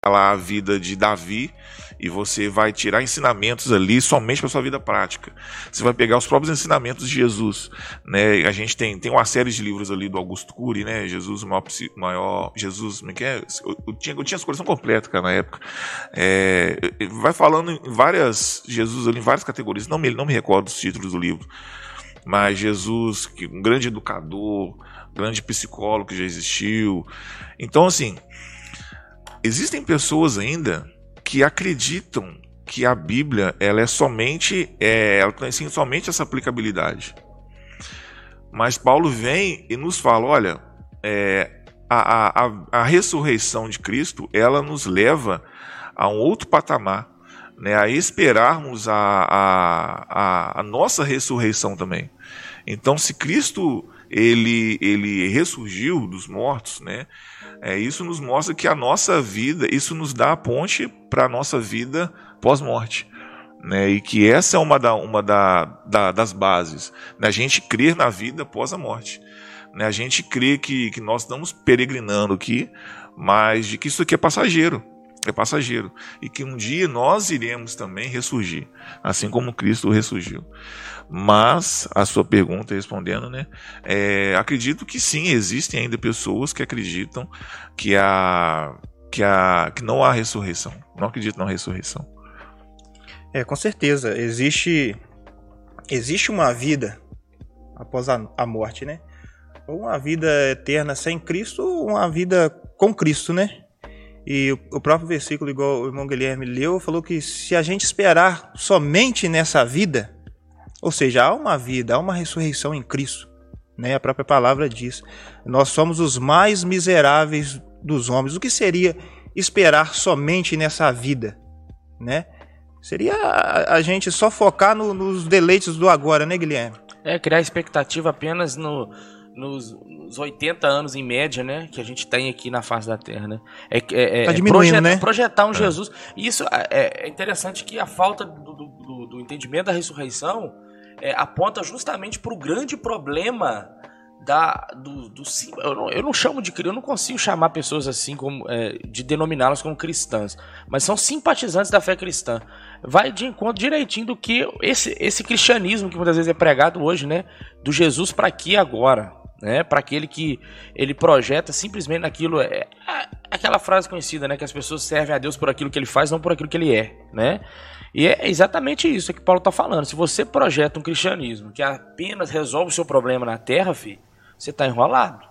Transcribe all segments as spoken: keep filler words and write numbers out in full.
lá a vida de Davi e você vai tirar ensinamentos ali somente para sua vida prática. Você vai pegar os próprios ensinamentos de Jesus, né? A gente tem, tem uma série de livros ali do Augusto Cury, né? Jesus, o maior, maior Jesus, como é que é? Eu, eu tinha, eu tinha a coleção completa, cara, na época. É, vai falando em várias, Jesus ali em várias categorias, não me, não me recordo os títulos do livro, mas Jesus, que um grande educador, grande psicólogo que já existiu. Então, assim, existem pessoas ainda que acreditam que a Bíblia ela é somente, é, ela tem assim, somente essa aplicabilidade. Mas Paulo vem e nos fala, olha, é, a, a, a ressurreição de Cristo, ela nos leva a um outro patamar, né, a esperarmos a, a, a, a nossa ressurreição também. Então, se Cristo ele, ele ressurgiu dos mortos, né, é, isso nos mostra que a nossa vida, isso nos dá a ponte para a nossa vida pós-morte, né, e que essa é uma, da, uma da, da, das bases, né, a gente crer na vida após a morte, né, a gente crê que, que nós estamos peregrinando aqui, mas de que isso aqui é passageiro, é passageiro, e que um dia nós iremos também ressurgir, assim como Cristo ressurgiu. Mas a sua pergunta respondendo, né, é, acredito que sim, existem ainda pessoas que acreditam que, a, que, a, que não há ressurreição, não acreditam na ressurreição. É, com certeza, existe, existe uma vida após a, a morte, né? Ou uma vida eterna sem Cristo, ou uma vida com Cristo, né? E o próprio versículo, igual o irmão Guilherme leu, falou que se a gente esperar somente nessa vida, ou seja, há uma vida, há uma ressurreição em Cristo, né? A própria palavra diz, nós somos os mais miseráveis dos homens. O que seria esperar somente nessa vida, né? Seria a, a gente só focar no, nos deleites do agora, né, Guilherme? É, criar expectativa apenas no... Nos, nos oitenta anos em média, né, que a gente tem aqui na face da Terra, né? É, é, tá diminuindo, projetar, né? projetar um é. Jesus. E isso é, é interessante que a falta do, do, do entendimento da ressurreição é, aponta justamente para o grande problema da, do, do eu, não, eu não chamo de eu não consigo chamar pessoas assim como é, de denominá-las como cristãs, mas são simpatizantes da fé cristã. Vai de encontro direitinho do que esse, esse cristianismo que muitas vezes é pregado hoje, né? Do Jesus para aqui e agora. Né, para aquele que ele projeta simplesmente naquilo, é, é aquela frase conhecida, né, que as pessoas servem a Deus por aquilo que ele faz, não por aquilo que ele é, né? E é exatamente isso que Paulo está falando. Se você projeta um cristianismo que apenas resolve o seu problema na terra, filho, você está enrolado,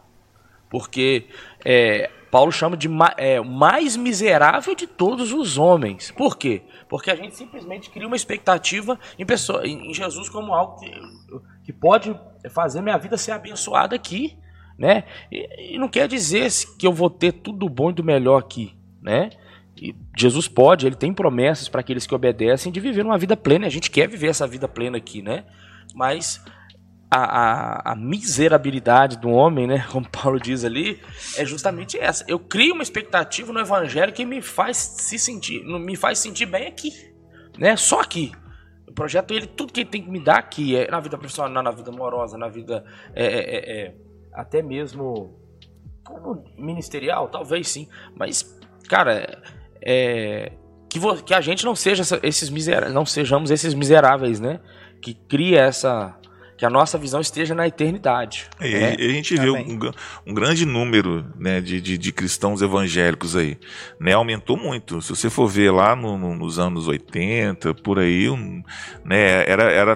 porque é, Paulo chama de é, o mais miserável de todos os homens. Por quê? Porque a gente simplesmente cria uma expectativa em, pessoa, em Jesus como algo que, que pode fazer minha vida ser abençoada aqui, né? E, e não quer dizer que eu vou ter tudo bom e do melhor aqui, né? E Jesus pode, ele tem promessas para aqueles que obedecem de viver uma vida plena. A gente quer viver essa vida plena aqui, né? Mas a, a, a miserabilidade do homem, né, como Paulo diz ali, é justamente essa. Eu crio uma expectativa no evangelho que me faz se sentir, me faz sentir bem aqui, né? Só aqui. Eu projeto ele, tudo que ele tem que me dar aqui, é na vida profissional, na vida amorosa, na vida é, é, é, até mesmo ministerial, talvez sim. Mas, cara, é, que, vo, que a gente não seja esses miseráveis, não sejamos esses miseráveis, né? Que cria essa, que a nossa visão esteja na eternidade. É, né? A gente vê um, um grande número, né, de, de, de cristãos evangélicos aí, né, aumentou muito. Se você for ver lá no, no, nos anos oitenta, por aí, um, né, era, era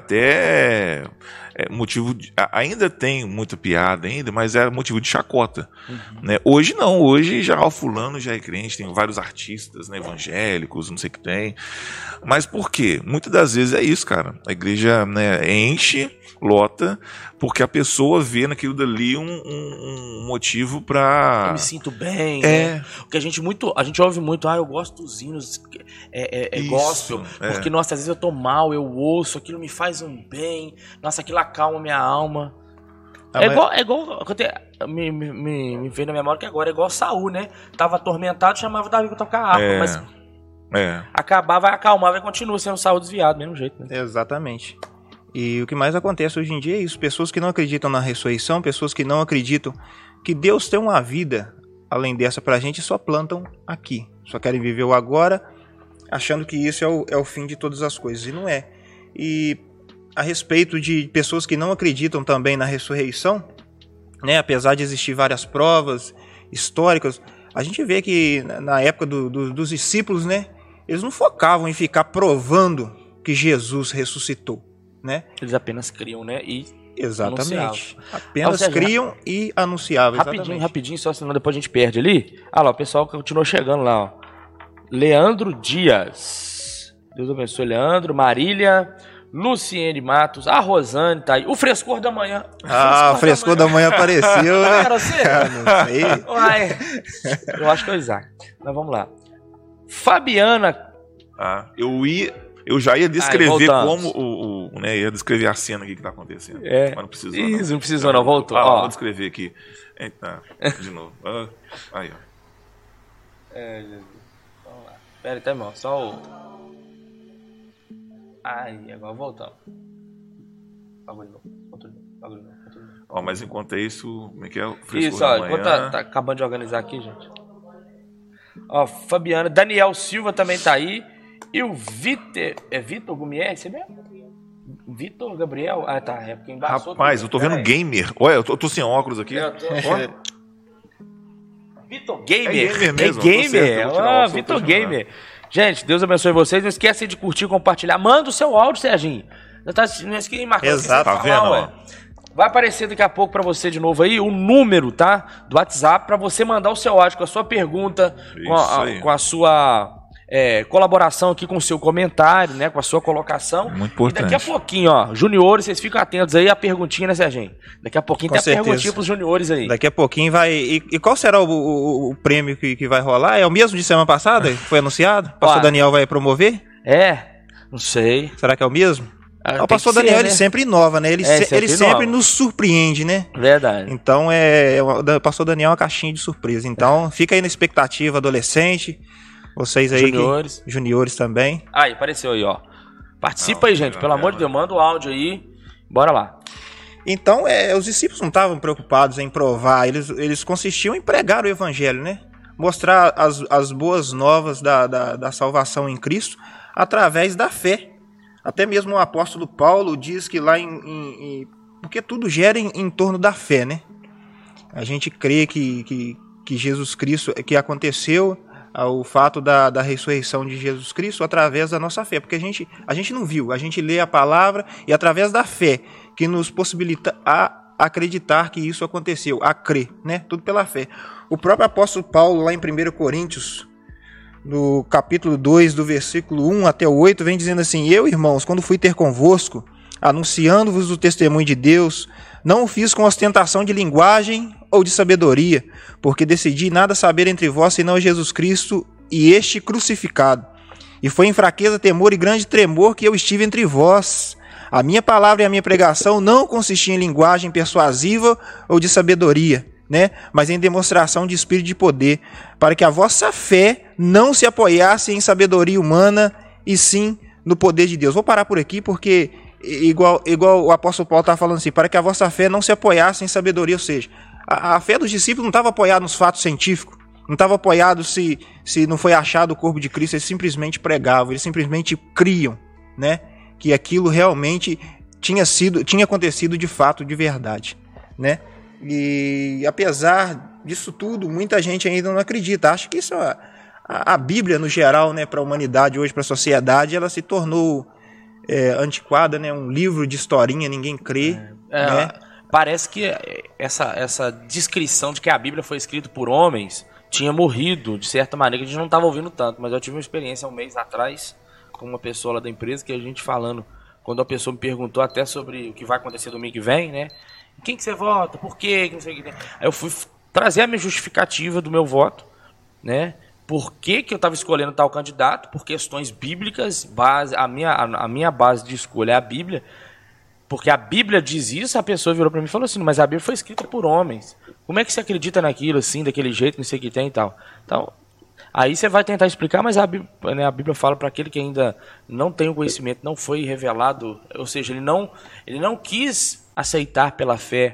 até é, motivo de, ainda tem muita piada ainda, mas era motivo de chacota. Uhum. Né? Hoje não, hoje já o fulano já é crente, tem vários artistas, né, evangélicos, não sei o que tem. Mas por quê? Muitas das vezes é isso, cara. A igreja, né, enche, lota, porque a pessoa vê naquilo dali um, um, um motivo pra... Eu me sinto bem, é. né? Porque a gente, muito, a gente ouve muito, ah, eu gosto dos hinos, é, é, é gospel, é. Porque, nossa, às vezes eu tô mal, eu ouço, aquilo me faz um bem, nossa, aquilo acalma minha alma. Ah, é, mas... igual, é igual, me, me, me, me veio na memória que agora é igual Saul, né? Tava atormentado, chamava o Davi pra tocar harpa, é. mas é. acabar, vai acalmar, vai continuar sendo Saul desviado, do mesmo jeito. Né? Exatamente. E o que mais acontece hoje em dia é isso, pessoas que não acreditam na ressurreição, pessoas que não acreditam que Deus tem uma vida além dessa pra gente, só plantam aqui, só querem viver o agora, achando que isso é o, é o fim de todas as coisas, e não é. E a respeito de pessoas que não acreditam também na ressurreição, né, apesar de existir várias provas históricas, a gente vê que na época do, do, dos discípulos, né, eles não focavam em ficar provando que Jesus ressuscitou, né? Eles apenas criam, né, e exatamente. anunciavam. Apenas seja, criam e anunciavam. Rapidinho, exatamente. rapidinho, só senão depois a gente perde ali. Ah lá, o pessoal continuou chegando lá, ó. Leandro Dias. Deus abençoe, Leandro. Marília. Luciene Matos. A Rosane tá aí. O Frescor da Manhã. O ah, o Frescor da Manhã, da manhã apareceu, né? Era você? Ah, não sei. Uai. Eu acho que é o Isaac. Mas vamos lá. Fabiana. Ah, eu ia... Eu já ia descrever Ai, como o, o né, ia descrever a cena aqui que tá acontecendo. É. Mas não precisou. Isso, não, não precisou, não. Voltou. Ah, ó. Vou descrever aqui. Ah, de novo. Ah, aí, ó. É, Jesus. Vamos lá. Pera aí, tá, irmão. Só o. Aí, agora voltamos. Bagulho novo. Bagulho novo. Ó, mas enquanto é isso, como é que é o Frescor Isso, da ó. Manhã? Enquanto tá, tá acabando de organizar aqui, gente. Ó, Fabiana. Daniel Silva também tá aí. E o Vitor... É Vitor Gumier? Você mesmo? Vitor Gabriel? Ah, tá. É porque embaçou. Rapaz, tudo. Eu tô vendo gamer. Olha, eu tô, eu tô sem óculos aqui. Eu tô... Vitor Gamer. É gamer mesmo. É gamer. Ah, Vitor Gamer. Gente, Deus abençoe vocês. Não esquece de curtir, compartilhar. Manda o seu áudio, Serginho. Não, tá, não esquece de marcar. Exato. Tá vendo, ó? Vai aparecer daqui a pouco pra você de novo aí o número, tá? Do WhatsApp pra você mandar o seu áudio com a sua pergunta, com a, com a sua... É, colaboração aqui com o seu comentário, né, com a sua colocação. Muito importante. E daqui a pouquinho, ó, juniores, vocês ficam atentos aí à perguntinha, né, Serginho? Daqui a pouquinho com tem certeza. a perguntinha pros juniores aí. Daqui a pouquinho vai... E, e qual será o, o, o prêmio que, que vai rolar? É o mesmo de semana passada? Que foi anunciado? O pastor Ué. Daniel vai promover? É, não sei. Será que é o mesmo? Ah, o pastor Daniel, ser, né? Ele sempre inova, né? Ele, é, se, sempre, ele sempre nos surpreende, né? Verdade. Então, é, o pastor Daniel é uma caixinha de surpresa. Então, fica aí na expectativa, adolescente... Vocês aí, juniores. Que, juniores também. Aí, apareceu aí, ó. Participa não, aí, gente, pelo amor de Deus, manda o áudio aí. Bora lá. Então, é, os discípulos não estavam preocupados em provar, eles, eles consistiam em pregar o evangelho, né? Mostrar as, as boas novas da, da, da salvação em Cristo através da fé. Até mesmo o apóstolo Paulo diz que lá em... em, em porque tudo gera em, em torno da fé, né? A gente crê que, que, que Jesus Cristo, que aconteceu... o fato da, da ressurreição de Jesus Cristo através da nossa fé, porque a gente, a gente não viu, a gente lê a palavra e através da fé que nos possibilita a acreditar que isso aconteceu, a crer, né? Tudo pela fé. O próprio apóstolo Paulo, lá em primeira Coríntios, no capítulo dois, do versículo um até o oito, vem dizendo assim: eu, irmãos, quando fui ter convosco, anunciando-vos o testemunho de Deus, não o fiz com ostentação de linguagem ou de sabedoria, porque decidi nada saber entre vós senão Jesus Cristo e este crucificado. E foi em fraqueza, temor e grande tremor que eu estive entre vós. A minha palavra e a minha pregação não consistiam em linguagem persuasiva ou de sabedoria, né? Mas em demonstração de espírito de poder, para que a vossa fé não se apoiasse em sabedoria humana, e sim no poder de Deus. Vou parar por aqui porque... Igual, igual o apóstolo Paulo está falando assim, para que a vossa fé não se apoiasse em sabedoria, ou seja, a, a fé dos discípulos não estava apoiada nos fatos científicos, não estava apoiado se, se não foi achado o corpo de Cristo, eles simplesmente pregavam, eles simplesmente criam, né, que aquilo realmente tinha sido, tinha acontecido de fato, de verdade, né? E apesar disso tudo, muita gente ainda não acredita, acha que isso, a, a Bíblia no geral, né, para a humanidade hoje, para a sociedade, ela se tornou É, antiquada, né? Um livro de historinha, ninguém crê. É, né? Parece que essa, essa descrição de que a Bíblia foi escrita por homens tinha morrido, de certa maneira, que a gente não estava ouvindo tanto. Mas eu tive uma experiência um mês atrás com uma pessoa lá da empresa, que a gente falando, quando a pessoa me perguntou até sobre o que vai acontecer domingo que vem, né? Quem que você vota? Por quê? Não sei o que. Aí eu fui trazer a minha justificativa do meu voto, né? Por que, que eu estava escolhendo tal candidato? Por questões bíblicas, base, a, minha, a, a minha base de escolha é a Bíblia. Porque a Bíblia diz isso, a pessoa virou para mim e falou assim, mas a Bíblia foi escrita por homens. Como é que você acredita naquilo, assim, daquele jeito, não sei o que tem e tal? Então, aí você vai tentar explicar, mas a Bíblia, né, a Bíblia fala para aquele que ainda não tem o conhecimento, não foi revelado, ou seja, ele não, ele não quis aceitar pela fé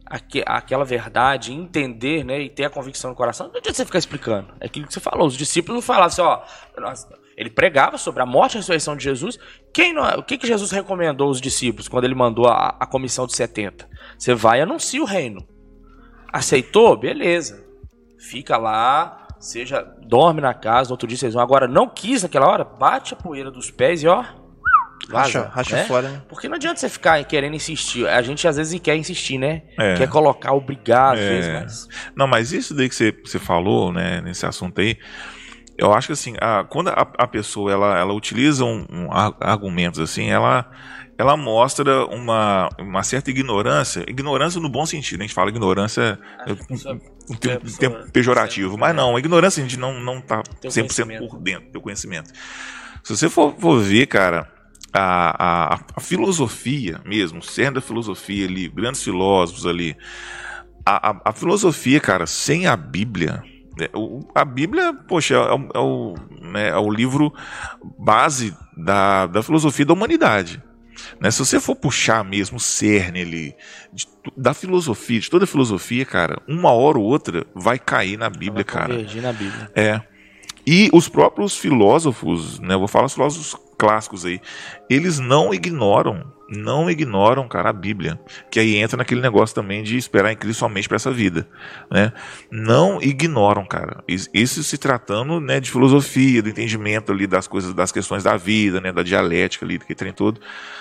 aque, aquela verdade, entender, né, e ter a convicção no coração, não adianta você ficar explicando. É aquilo que você falou. Os discípulos não falavam assim, ó, nós, ele pregava sobre a morte e a ressurreição de Jesus. Quem não, o que, que Jesus recomendou aos discípulos quando ele mandou a, a comissão de setenta? Você vai e anuncia o reino. Aceitou? Beleza. Fica lá, seja, dorme na casa, no outro dia vocês vão. Agora, não quis naquela hora, bate a poeira dos pés e ó, vaza, racha, racha né? fora, né? Porque não adianta você ficar querendo insistir. A gente às vezes quer insistir, né? É. Quer colocar, obrigar, às É. vezes, mas... Não, mas isso daí que você, você falou, né, nesse assunto aí, eu acho que assim, a, quando a, a pessoa ela, ela utiliza um, um, argumentos assim, ela, ela mostra uma, uma certa ignorância, ignorância no bom sentido, a gente fala ignorância um, um, termo, um termo pejorativo, mas não, a ignorância a gente não, não tá cem por cento por dentro do conhecimento. Se você for, for ver, cara, a, a, a filosofia mesmo, o cerne da filosofia ali, grandes filósofos ali, a, a, a filosofia, cara, sem a Bíblia... A Bíblia, poxa, é o, é o, né, é o livro base da, da filosofia da humanidade. Né? Se você for puxar mesmo o cerne ali, de, da filosofia, de toda a filosofia, cara, uma hora ou outra vai cair na Bíblia, vai cara. convergir na Bíblia. É. E os próprios filósofos, né, eu vou falar os filósofos clássicos aí, eles não ignoram, não ignoram, cara, a Bíblia, que aí entra naquele negócio também de esperar em Cristo somente para essa vida, né? Não ignoram, cara. Isso se tratando, né, de filosofia, do entendimento ali das coisas, das questões da vida, né, da dialética ali, que trem todo.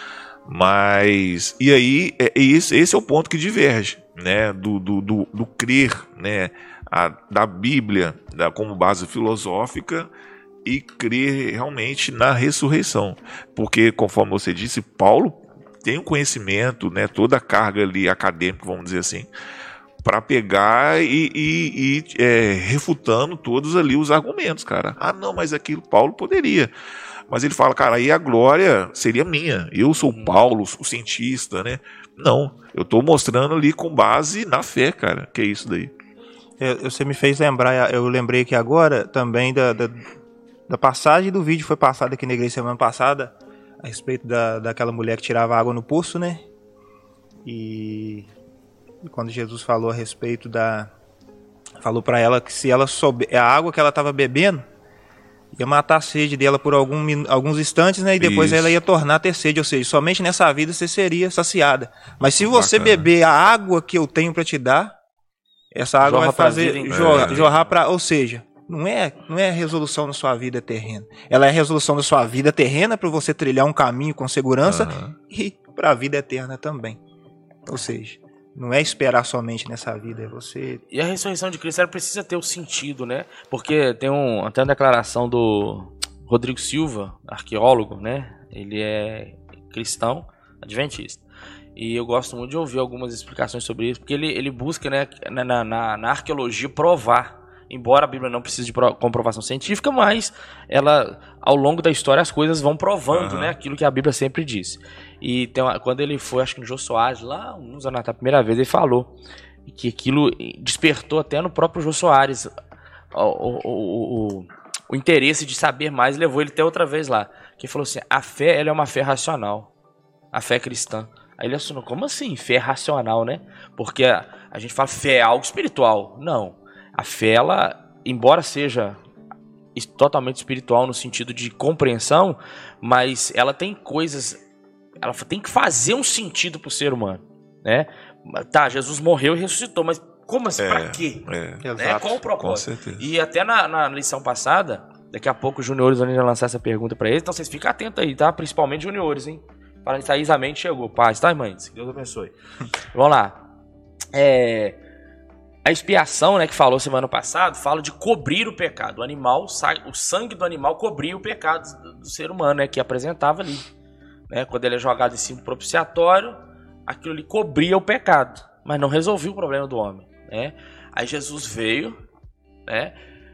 Mas, e aí, é, esse, esse é o ponto que diverge, né, do, do, do, do crer, né, a, da Bíblia da, como base filosófica e crer realmente na ressurreição. Porque, conforme você disse, Paulo tem um conhecimento, né, toda a carga ali acadêmica, vamos dizer assim, para pegar e, e, e é, refutando todos ali os argumentos, cara. Ah, não, mas aquilo Paulo poderia. Mas ele fala, cara, aí a glória seria minha. Eu sou o Paulo, o cientista, né? Não, eu estou mostrando ali com base na fé, cara. Que é isso daí. É, você me fez lembrar, eu lembrei aqui agora também da, da, da passagem do vídeo que foi passado aqui na igreja semana passada, a respeito da, daquela mulher que tirava água no poço, né? E, e quando Jesus falou a respeito da... Falou para ela que se ela souber... A água que ela estava bebendo ia matar a sede dela por algum, alguns instantes, né? E depois Isso. ela ia tornar a ter sede. Ou seja, somente nessa vida você seria saciada. Mas se você Bacana. beber a água que eu tenho para te dar, essa água Jorra vai fazer... Jorrar, é. jorrar para... Ou seja... Não é, não é a resolução da sua vida terrena. Ela é a resolução da sua vida terrena para você trilhar um caminho com segurança uhum. e para a vida eterna também. Ou seja, não é esperar somente nessa vida, é você... E a ressurreição de Cristo ela precisa ter o sentido, né? Porque tem um, até uma declaração do Rodrigo Silva, arqueólogo, né? Ele é cristão, adventista. E eu gosto muito de ouvir algumas explicações sobre isso, porque ele, ele busca, né, na, na, na arqueologia provar. Embora a Bíblia não precise de comprovação científica, mas ela, ao longo da história, as coisas vão provando, uhum. né, aquilo que a Bíblia sempre diz. E tem uma, quando ele foi, acho que no Jô Soares, lá uns anos atrás, a primeira vez, ele falou que aquilo despertou até no próprio Jô Soares o, o, o, o, o interesse de saber mais, levou ele até outra vez lá. Que ele falou assim, a fé ela é uma fé racional, a fé cristã. Aí ele assumiu, como assim, fé racional, né? Porque a, a gente fala fé é algo espiritual. Não. A fé, ela, embora seja totalmente espiritual no sentido de compreensão, mas ela tem coisas, ela tem que fazer um sentido pro ser humano, né? Tá, Jesus morreu e ressuscitou, mas como assim? É, pra quê? É, né? Qual o propósito? E até na, na lição passada, daqui a pouco os juniores vão lançar essa pergunta pra eles, então vocês ficam atentos aí, tá? Principalmente juniores, hein? Para isso aí, Isamente chegou. Paz, tá, mães? Deus abençoe. Vamos lá. É... A expiação, né, que falou semana passada, fala de cobrir o pecado. O animal, o sangue do animal cobria o pecado do ser humano, né, que apresentava ali. Né, quando ele é jogado em cima do propiciatório, aquilo ali cobria o pecado, mas não resolvia o problema do homem. Né? Aí Jesus veio, né,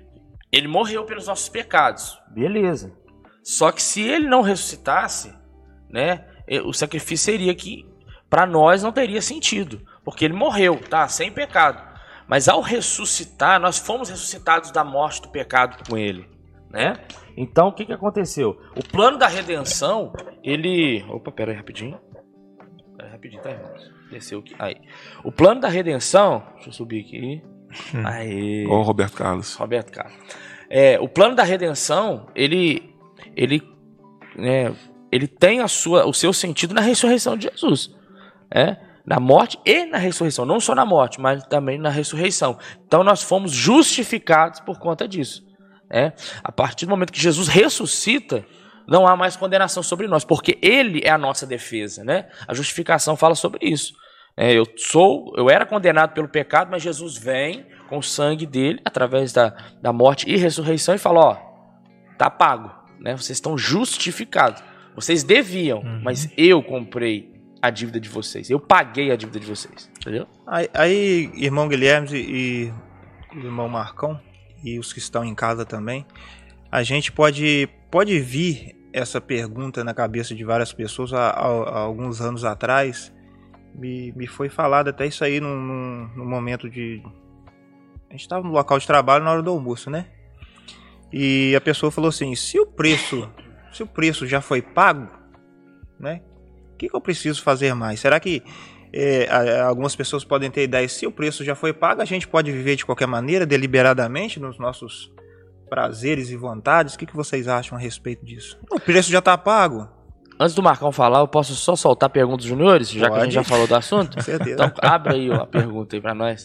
ele morreu pelos nossos pecados. Beleza. Só que se ele não ressuscitasse, né, o sacrifício seria que para nós não teria sentido, porque ele morreu, tá, sem pecado. Mas ao ressuscitar, nós fomos ressuscitados da morte do pecado com ele, né? Então, o que, que aconteceu? O plano da redenção, ele... Opa, pera aí rapidinho. Pera aí rapidinho, tá, irmãos? Desceu aqui. Aí. O plano da redenção... Deixa eu subir aqui. Hum. Aí. Ó, Roberto Carlos. Roberto Carlos. É, o plano da redenção, ele... Ele, né, ele tem a sua, o seu sentido na ressurreição de Jesus. É? Na morte e na ressurreição. Não só na morte, mas também na ressurreição. Então nós fomos justificados por conta disso. É? A partir do momento que Jesus ressuscita, não há mais condenação sobre nós, porque Ele é a nossa defesa, né? A justificação fala sobre isso. É, eu sou, eu era condenado pelo pecado, mas Jesus vem com o sangue dele, através da, da morte e ressurreição, e fala: ó, tá pago, né? Vocês estão justificados. Vocês deviam, uhum. mas eu comprei a dívida de vocês. Eu paguei a dívida de vocês, entendeu? Aí, aí irmão Guilherme e, e irmão Marcão, e os que estão em casa também, a gente pode, pode vir essa pergunta na cabeça de várias pessoas. Há, há, há alguns anos atrás, me, me foi falado até isso aí num, num, num momento de... A gente estava no local de trabalho na hora do almoço, né? E a pessoa falou assim: se o preço, se o preço já foi pago, né? O que, que eu preciso fazer mais? Será que é, algumas pessoas podem ter ideia, se o preço já foi pago, a gente pode viver de qualquer maneira, deliberadamente, nos nossos prazeres e vontades? O que, que vocês acham a respeito disso? O preço já está pago. Antes do Marcão falar, eu posso só soltar perguntas juniores, já pode, que a gente já falou do assunto? Com certeza. Então abre aí ó, a pergunta aí para nós.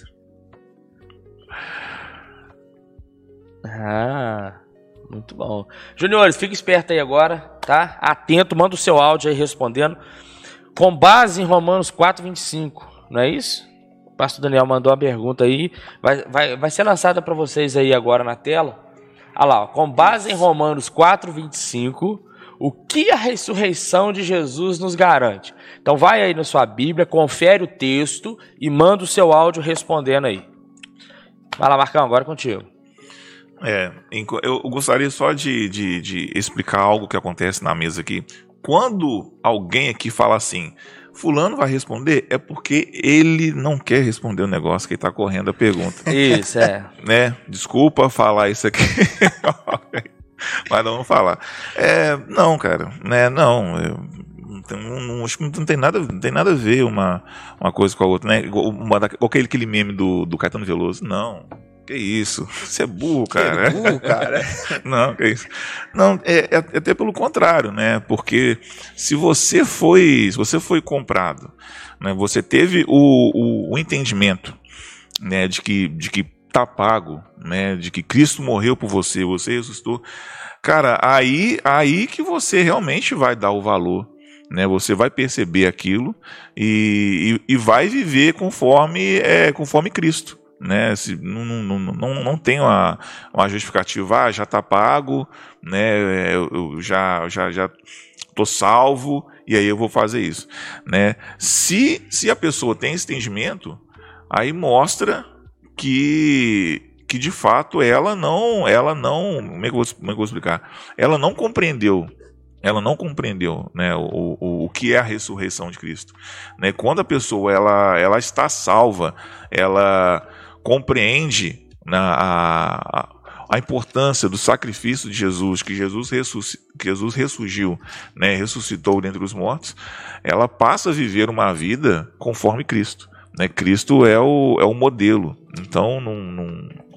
Ah, muito bom. Juniores, fica esperto aí agora, tá? Atento, manda o seu áudio aí respondendo. Com base em Romanos quatro, vinte e cinco, não é isso? O pastor Daniel mandou uma pergunta aí. Vai, vai, vai ser lançada para vocês aí agora na tela. Olha lá, ó. Com base em Romanos quatro, vinte e cinco, o que a ressurreição de Jesus nos garante? Então vai aí na sua Bíblia, confere o texto e manda o seu áudio respondendo aí. Vai lá, Marcão, agora é contigo. É, eu gostaria só de, de, de explicar algo que acontece na mesa aqui. Quando alguém aqui fala assim, fulano vai responder, é porque ele não quer responder o negócio que está correndo a pergunta. Isso, é. Né? Desculpa falar isso aqui, mas não vamos falar. É, não, cara, né? Não, eu, não, não, acho que não tem nada, não tem nada a ver uma, uma coisa com a outra, né? Uma, aquele, aquele meme do, do Caetano Veloso, não. Que isso? Você é burro, cara. Que burro, cara. Não, que isso. Não, é, é até pelo contrário, né? Porque se você foi, se você foi comprado, né? Você teve o, o, o entendimento, né? De que, de que tá pago, né? De que Cristo morreu por você, você ressuscitou. Cara, aí, aí que você realmente vai dar o valor, né? Você vai perceber aquilo e, e, e vai viver conforme, é, conforme Cristo. Né, se, não, não, não, não tem uma, uma justificativa, ah, já está pago, né, eu, eu já já já tô salvo e aí eu vou fazer isso, né? Se, se a pessoa tem esse entendimento, aí mostra que, que de fato ela não, ela não, como é que eu vou, como é que eu vou explicar? Ela não compreendeu. Ela não compreendeu, né, o, o, o que é a ressurreição de Cristo. Né? Quando a pessoa ela, ela está salva, ela compreende, né, a, a importância do sacrifício de Jesus, que Jesus, ressusc, que Jesus ressurgiu, né, ressuscitou dentre os mortos, ela passa a viver uma vida conforme Cristo. Né? Cristo é o, é o modelo. Então, não... não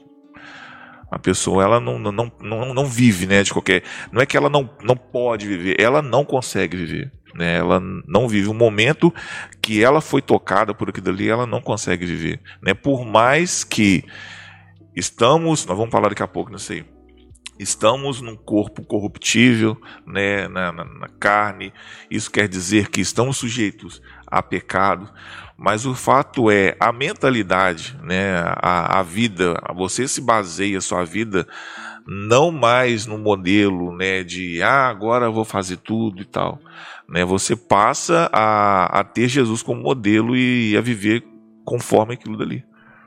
a pessoa ela não, não, não, não vive, né, de qualquer... Não é que ela não, não pode viver, ela não consegue viver. Né? Ela não vive um momento que ela foi tocada por aquilo ali, ela não consegue viver. Né? Por mais que estamos... Nós vamos falar daqui a pouco, não sei. Estamos num corpo corruptível, né, na, na, na carne. Isso quer dizer que estamos sujeitos a pecado. Mas o fato é, a mentalidade, né, a, a vida, você se baseia a sua vida não mais no modelo, né, de ah, agora eu vou fazer tudo e tal. Né, você passa a, a ter Jesus como modelo e a viver conforme aquilo dali.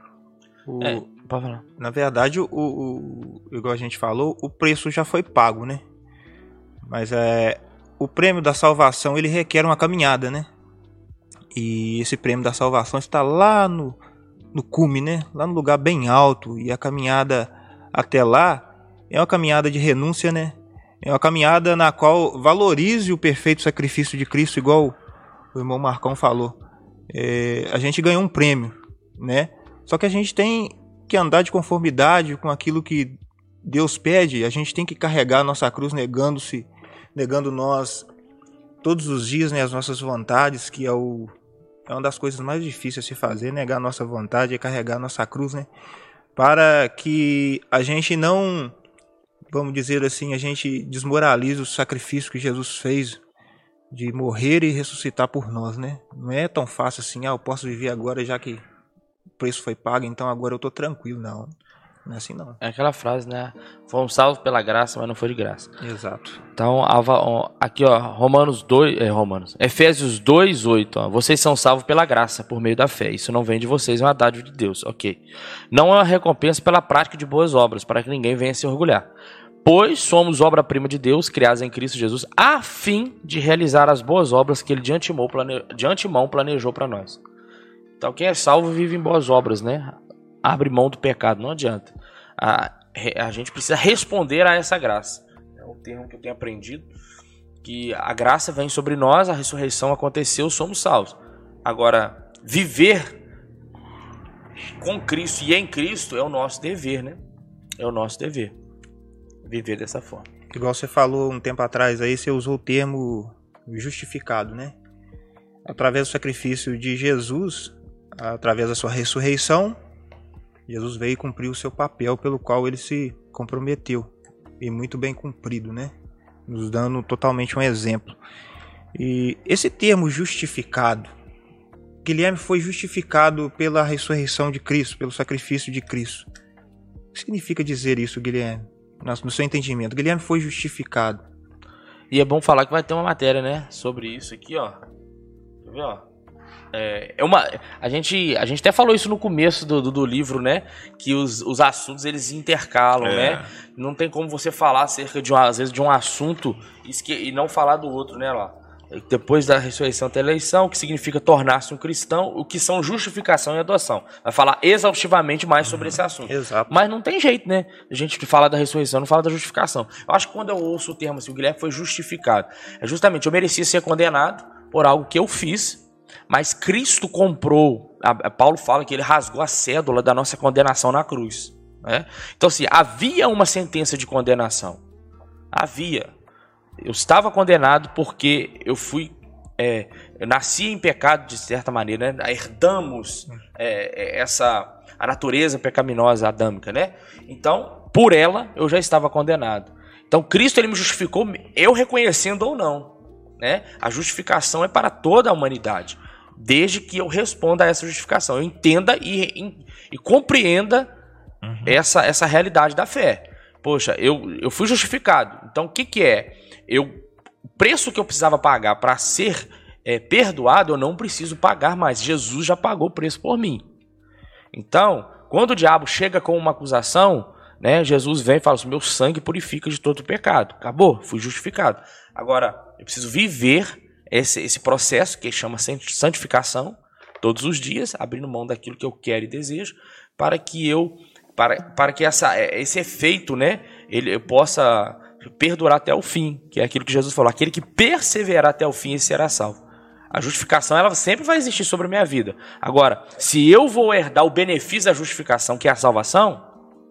O, é, pode falar. Na verdade, o, o, igual a gente falou, o preço já foi pago, né? Mas é, o prêmio da salvação ele requer uma caminhada, né? E esse prêmio da salvação está lá no, no cume, né? Lá no lugar bem alto. E a caminhada até lá é uma caminhada de renúncia, né? É uma caminhada na qual valorize o perfeito sacrifício de Cristo, igual o irmão Marcão falou. é, a gente ganhou um prêmio, né? Só que a gente tem que andar de conformidade com aquilo que Deus pede. A gente tem que carregar a nossa cruz negando-se, negando nós todos os dias, né, as nossas vontades, que é, o, é uma das coisas mais difíceis a se fazer, negar a nossa vontade, é carregar a nossa cruz, né? Para que a gente não, vamos dizer assim, a gente desmoralize o sacrifício que Jesus fez de morrer e ressuscitar por nós, né? Não é tão fácil assim, ah, eu posso viver agora já que o preço foi pago, então agora eu tô tranquilo. Não, não é assim não. É aquela frase, né? Fomos salvos pela graça, mas não foi de graça. Exato. Então, aqui ó, Romanos dois, é, Romanos, Efésios dois, oito, ó, vocês são salvos pela graça, por meio da fé. Isso não vem de vocês, é uma dádiva de Deus, ok. Não é uma recompensa pela prática de boas obras, para que ninguém venha se orgulhar. Pois somos obra-prima de Deus, criadas em Cristo Jesus, a fim de realizar as boas obras que Ele de antemão, plane... de antemão planejou para nós. Então quem é salvo vive em boas obras, né? Abre mão do pecado, não adianta. A, a gente precisa responder a essa graça. É um termo que eu tenho aprendido, que a graça vem sobre nós, a ressurreição aconteceu, somos salvos. Agora, viver com Cristo e em Cristo é o nosso dever, né? É o nosso dever. Viver dessa forma. Igual você falou um tempo atrás aí, você usou o termo justificado, né? Através do sacrifício de Jesus, através da sua ressurreição, Jesus veio cumprir o seu papel pelo qual ele se comprometeu. E muito bem cumprido, né? Nos dando totalmente um exemplo. E esse termo justificado, Guilherme foi justificado pela ressurreição de Cristo, pelo sacrifício de Cristo. O que significa dizer isso, Guilherme? No seu entendimento, Guilherme foi justificado. E é bom falar que vai ter uma matéria, né, sobre isso aqui, ó. Quer ver, ó? É, é uma, a, gente, a gente até falou isso no começo do, do, do livro, né? Que os, os assuntos eles intercalam, é. né? Não tem como você falar acerca de um, às vezes, de um assunto e não falar do outro, né, lá. Depois da ressurreição até a eleição, o que significa tornar-se um cristão, o que são justificação e adoção. Vai falar exaustivamente mais sobre esse assunto. Exato. Mas não tem jeito, né? A gente fala da ressurreição, não fala da justificação. Eu acho que quando eu ouço o termo assim, o Guilherme foi justificado, é justamente, eu merecia ser condenado por algo que eu fiz, mas Cristo comprou. A, a Paulo fala que ele rasgou a cédula da nossa condenação na cruz, né? Então, assim, havia uma sentença de condenação. Havia. Eu estava condenado porque eu fui, é, eu nasci em pecado de certa maneira, né? Herdamos é, essa, a natureza pecaminosa adâmica, né? Então, por ela, eu já estava condenado. Então, Cristo ele me justificou, eu reconhecendo ou não, né? A justificação é para toda a humanidade, desde que eu responda a essa justificação, eu entenda e, e, e compreenda uhum. essa, essa realidade da fé. Poxa, eu, eu fui justificado, então o que, que é? Eu, o preço que eu precisava pagar para ser é, perdoado, eu não preciso pagar mais. Jesus já pagou o preço por mim. Então, quando o diabo chega com uma acusação, né, Jesus vem e fala assim, meu sangue purifica de todo o pecado. Acabou, fui justificado. Agora, eu preciso viver esse, esse processo que chama santificação todos os dias, abrindo mão daquilo que eu quero e desejo, para que eu, para, para que essa, esse efeito, né, ele, eu possa perdurar até o fim, que é aquilo que Jesus falou, aquele que perseverar até o fim, esse será salvo. A justificação, ela sempre vai existir sobre a minha vida. Agora, se eu vou herdar o benefício da justificação, que é a salvação,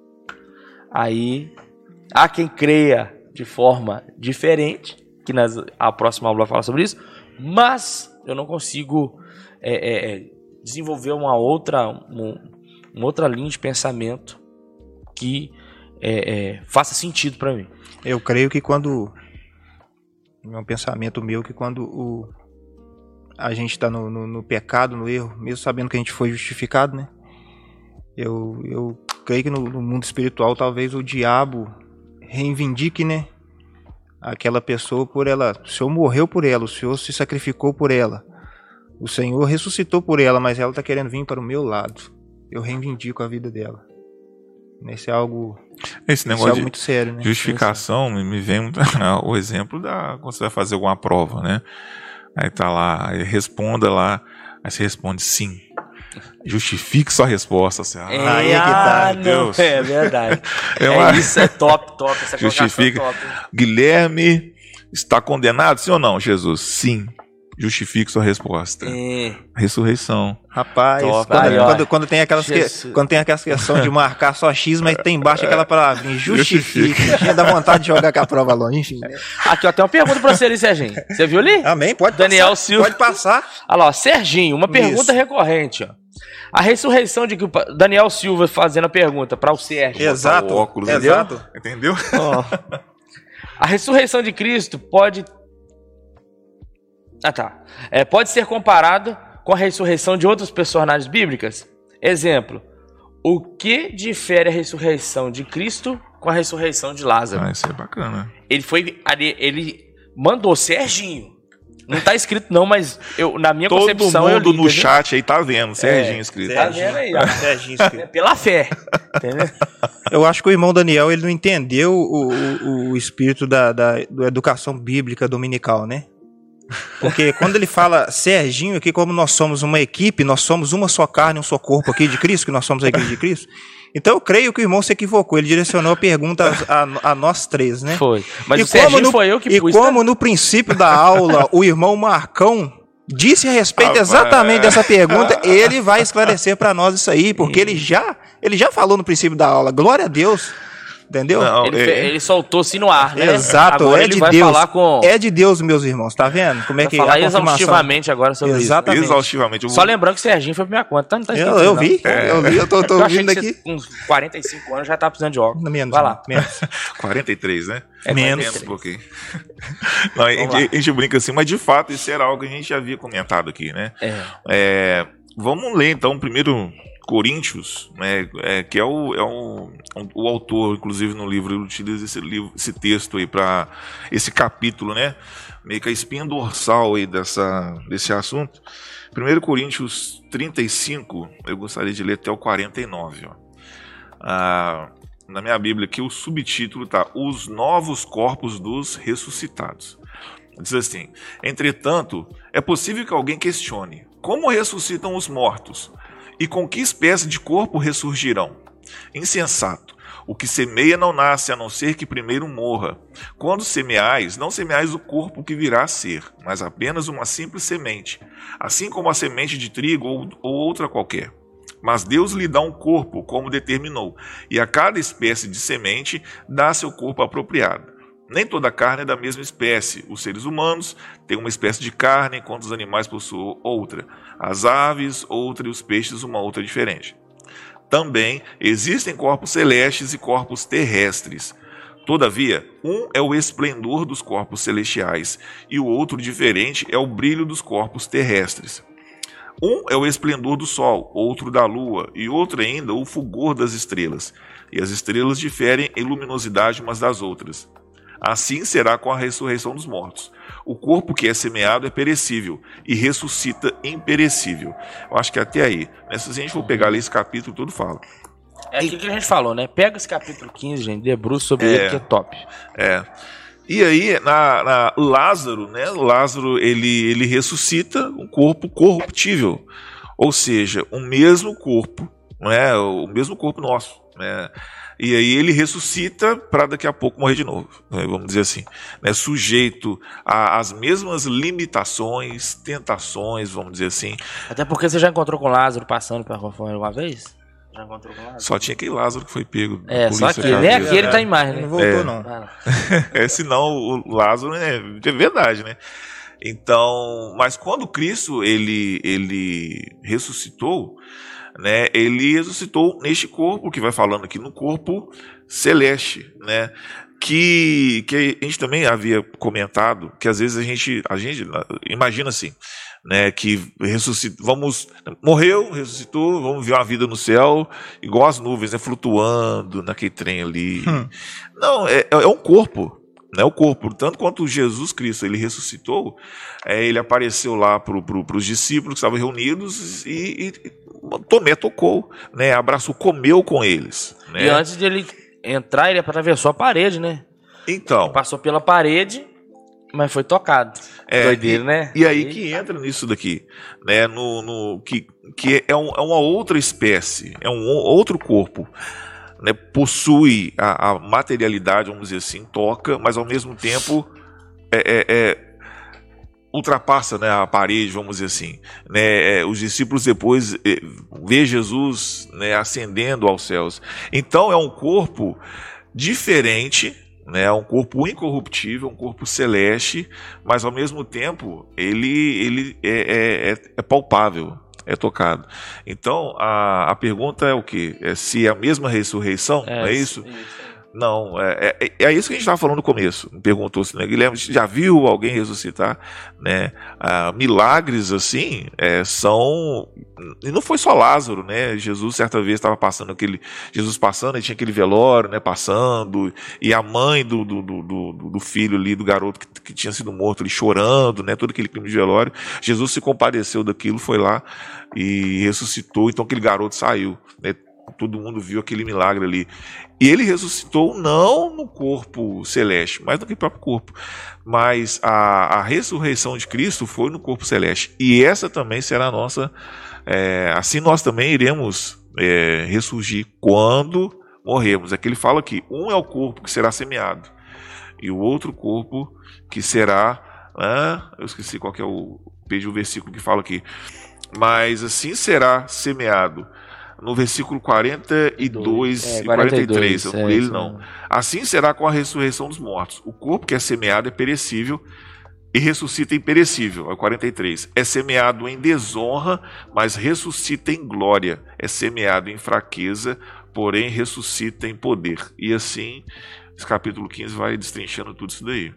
aí há quem creia de forma diferente, que nas, a próxima aula vai falar sobre isso, mas eu não consigo é, é, desenvolver uma outra, um, uma outra linha de pensamento que é, é, faça sentido para mim. Eu creio que quando, é um pensamento meu, que quando o, a gente está no, no, no pecado, no erro, mesmo sabendo que a gente foi justificado, né? Eu, eu creio que no, no mundo espiritual talvez o diabo reivindique, né, aquela pessoa por ela. O Senhor morreu por ela, o Senhor se sacrificou por ela, o Senhor ressuscitou por ela, mas ela está querendo vir para o meu lado. Eu reivindico a vida dela. Isso é algo, Esse negócio isso é algo de muito sério, né? Justificação, me vem muito, o exemplo da quando você vai fazer alguma prova, né? Aí tá lá, aí responda lá, aí você responde sim. Justifique sua resposta. Assim, ah, aí é que tá, Deus. É verdade. É, uma... é isso, é top, top. Essa Justifica. Top. Guilherme está condenado, sim ou não, Jesus? Sim. Justifique sua resposta. É. Ressurreição. Rapaz, Top. quando, Aí, ó. quando, quando tem aquelas que, Jesus. quando tem aquelas questões de marcar só X, mas tem embaixo aquela palavrinha, justifique. Gente, dá vontade de jogar com a prova longe, enfim. Né? Aqui, ó, tem uma pergunta pra você ali, Serginho. Você viu ali? Amém, pode Daniel passar. Silva. Pode passar. Olha lá, ó, Serginho, uma pergunta Isso. recorrente, ó. A ressurreição de que o Daniel Silva fazendo a pergunta para o Sérgio. Exato, o óculos, exato. Entendeu? Ó. A ressurreição de Cristo pode. Ah, tá. É, pode ser comparado com a ressurreição de outros personagens bíblicas? Exemplo. O que difere a ressurreição de Cristo com a ressurreição de Lázaro? Ah, isso é bacana. Ele foi. ali- Ele mandou Serginho. Não tá escrito, não, mas eu, na minha Todo concepção. eu mundo li, no entendeu? chat aí tá vendo, Serginho É, escrito. Tá vendo aí, ó. Serginho escrito. É pela fé. Entendeu? Eu acho que o irmão Daniel ele não entendeu o, o, o espírito da, da, da educação bíblica dominical, né? Porque quando ele fala Serginho aqui, como nós somos uma equipe, nós somos uma só carne, um só corpo aqui de Cristo, que nós somos a igreja de Cristo. Então eu creio que o irmão se equivocou, ele direcionou a pergunta a, a, a nós três, né? Foi. Mas E o Serginho no, foi eu que e pus. como no princípio da aula o irmão Marcão disse a respeito Rapaz. exatamente dessa pergunta, ele vai esclarecer para nós isso aí, porque ele já, ele já falou no princípio da aula. Glória a Deus. Entendeu? Não, Ele, é- fe- ele soltou assim no ar, né? Exato, Agora é ele de vai Deus. falar com. É de Deus, meus irmãos, tá vendo? Como é vai que falar a confirmação- exaustivamente agora sobre Exatamente. exaustivamente. Eu isso. vou- Só lembrando que o Serginho foi pra minha conta, tá? Não tá escrito Eu, assim, eu não. vi, eu vi, eu tô, tô Eu achei ouvindo que aqui. você, com uns quarenta e cinco anos, já tá precisando de óculos. Menos, Vai lá. menos. quarenta e três, né? É Menos. Menos um pouquinho. Não, a, Vamos gente, a gente brinca assim, mas de fato isso era algo que a gente já havia comentado aqui, né? É. É, vamos ler então primeiro Coríntios, né, é, que é, o, é o, o autor, inclusive no livro, ele utiliza esse, livro, esse texto aí para esse capítulo, né? Meio que a espinha dorsal aí dessa, desse assunto. primeiro Coríntios trinta e cinco, eu gostaria de ler até o quarenta e nove. Ó. Ah, na minha Bíblia aqui o subtítulo tá Os Novos Corpos dos Ressuscitados. Diz assim: entretanto, é possível que alguém questione: como ressuscitam os mortos? E com que espécie de corpo ressurgirão? Insensato! O que semeia não nasce, a não ser que primeiro morra. Quando semeais, não semeais o corpo que virá a ser, mas apenas uma simples semente, assim como a semente de trigo ou, ou outra qualquer. Mas Deus lhe dá um corpo, como determinou, e a cada espécie de semente dá seu corpo apropriado. Nem toda carne é da mesma espécie. Os seres humanos têm uma espécie de carne, enquanto os animais possuem outra. As aves, outra, e os peixes, uma outra diferente. Também existem corpos celestes e corpos terrestres. Todavia, um é o esplendor dos corpos celestiais, e o outro diferente é o brilho dos corpos terrestres. Um é o esplendor do sol, outro da lua, e outro ainda o fulgor das estrelas. E as estrelas diferem em luminosidade umas das outras. Assim será com a ressurreição dos mortos. O corpo que é semeado é perecível e ressuscita imperecível. Eu acho que até aí, né? Se a gente for pegar ali esse capítulo, tudo fala. É aquilo que a gente falou, né? Pega esse capítulo quinze, gente, debruça sobre É. ele, que é top. É. E aí, na, na Lázaro, né? Lázaro, ele, ele ressuscita um corpo corruptível. Ou seja, o mesmo corpo, né? O mesmo corpo nosso, né? E aí ele ressuscita para daqui a pouco morrer de novo, né, vamos dizer assim, né, sujeito às mesmas limitações, tentações, vamos dizer assim. Até porque você já encontrou com o Lázaro passando pela rua alguma vez? Já encontrou com o Lázaro? Só tinha aquele Lázaro que foi pego. É, a só polícia aquele. já Nem viu. aquele é. tá em imagem, Não né? voltou, É. não. Vai lá. É, senão o Lázaro é, é verdade, né? Então, mas quando Cristo ele, ele ressuscitou, né, ele ressuscitou neste corpo, que vai falando aqui no corpo celeste, né, que, que a gente também havia comentado, que às vezes a gente, a gente imagina assim, né, que ressuscita, vamos, morreu, ressuscitou, vamos ver uma vida no céu, igual as nuvens, né, flutuando naquele trem ali. Hum. Não, é, é um corpo. Né, o corpo, tanto quanto Jesus Cristo ele ressuscitou, é, ele apareceu lá para pro, os discípulos que estavam reunidos e, e Tomé tocou, né, abraçou, comeu com eles. Né? E antes dele entrar, ele atravessou a parede, né? Então, Passou pela parede, mas foi tocado. É, Doideiro, e, né? E aí que entra nisso daqui, né, no, no, que, que é, um, é uma outra espécie, é um outro corpo. Né, possui a, a materialidade, vamos dizer assim, toca, mas ao mesmo tempo é, é, é, ultrapassa, né, a parede, vamos dizer assim, né, é, os discípulos depois é, vê Jesus, né, ascendendo aos céus. Então é um corpo diferente, né, é um corpo incorruptível, um corpo celeste, mas ao mesmo tempo ele, ele é, é, é palpável, é tocado. Então a, a pergunta é o quê? É se é a mesma ressurreição, é, não é isso? isso. Não, é, é, é isso que a gente estava falando no começo. Perguntou-se, né, Guilherme, já viu alguém ressuscitar? Né? Ah, milagres assim é, são. E não foi só Lázaro, né? Jesus certa vez estava passando aquele. Jesus passando, e tinha aquele velório, né? Passando, e a mãe do, do, do, do, do filho ali, do garoto que, que tinha sido morto ali, chorando, né? Todo aquele clima de velório. Jesus se compadeceu daquilo, foi lá e ressuscitou. Então aquele garoto saiu, né? Todo mundo viu aquele milagre ali. E ele ressuscitou não no corpo celeste, mas no próprio corpo. Mas a, a ressurreição de Cristo foi no corpo celeste. E essa também será a nossa... É, assim nós também iremos é, ressurgir quando morrermos. É que ele fala que um é o corpo que será semeado. E o outro corpo que será... Ah, eu esqueci qual que é o... Veja o versículo que fala aqui. Mas assim será semeado... No versículo quarenta e dois é, e quarenta e três, é, ele não. Assim será com a ressurreição dos mortos. O corpo que é semeado é perecível e ressuscita imperecível. É quarenta e três. É semeado em desonra, mas ressuscita em glória. É semeado em fraqueza, porém ressuscita em poder. E assim, esse capítulo quinze vai destrinchando tudo isso daí.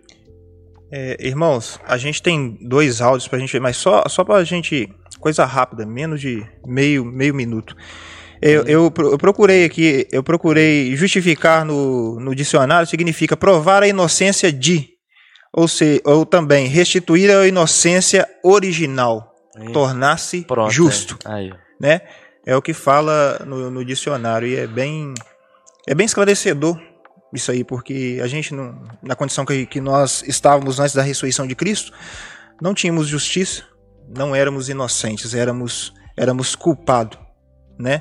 É, irmãos, a gente tem dois áudios pra gente ver, mas só, só pra gente... Coisa rápida, menos de meio, meio minuto. Eu, eu, eu procurei aqui, eu procurei justificar no, no dicionário, significa provar a inocência de, ou, se, ou também restituir a inocência original, tornar-se justo. É. Aí. Né? É o que fala no, no dicionário e é bem, é bem esclarecedor isso aí, porque a gente, não, na condição que, que nós estávamos antes da ressurreição de Cristo, não tínhamos justiça, não éramos inocentes, éramos, éramos culpados, né?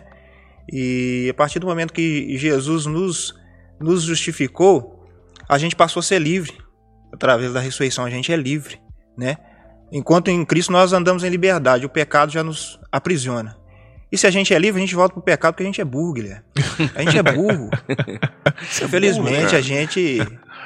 E a partir do momento que Jesus nos, nos justificou, a gente passou a ser livre. Através da ressurreição a gente é livre, né? Enquanto em Cristo nós andamos em liberdade, o pecado já nos aprisiona. E se a gente é livre, a gente volta pro pecado porque a gente é burro, Guilherme. A gente é burro. Infelizmente, burro, a gente...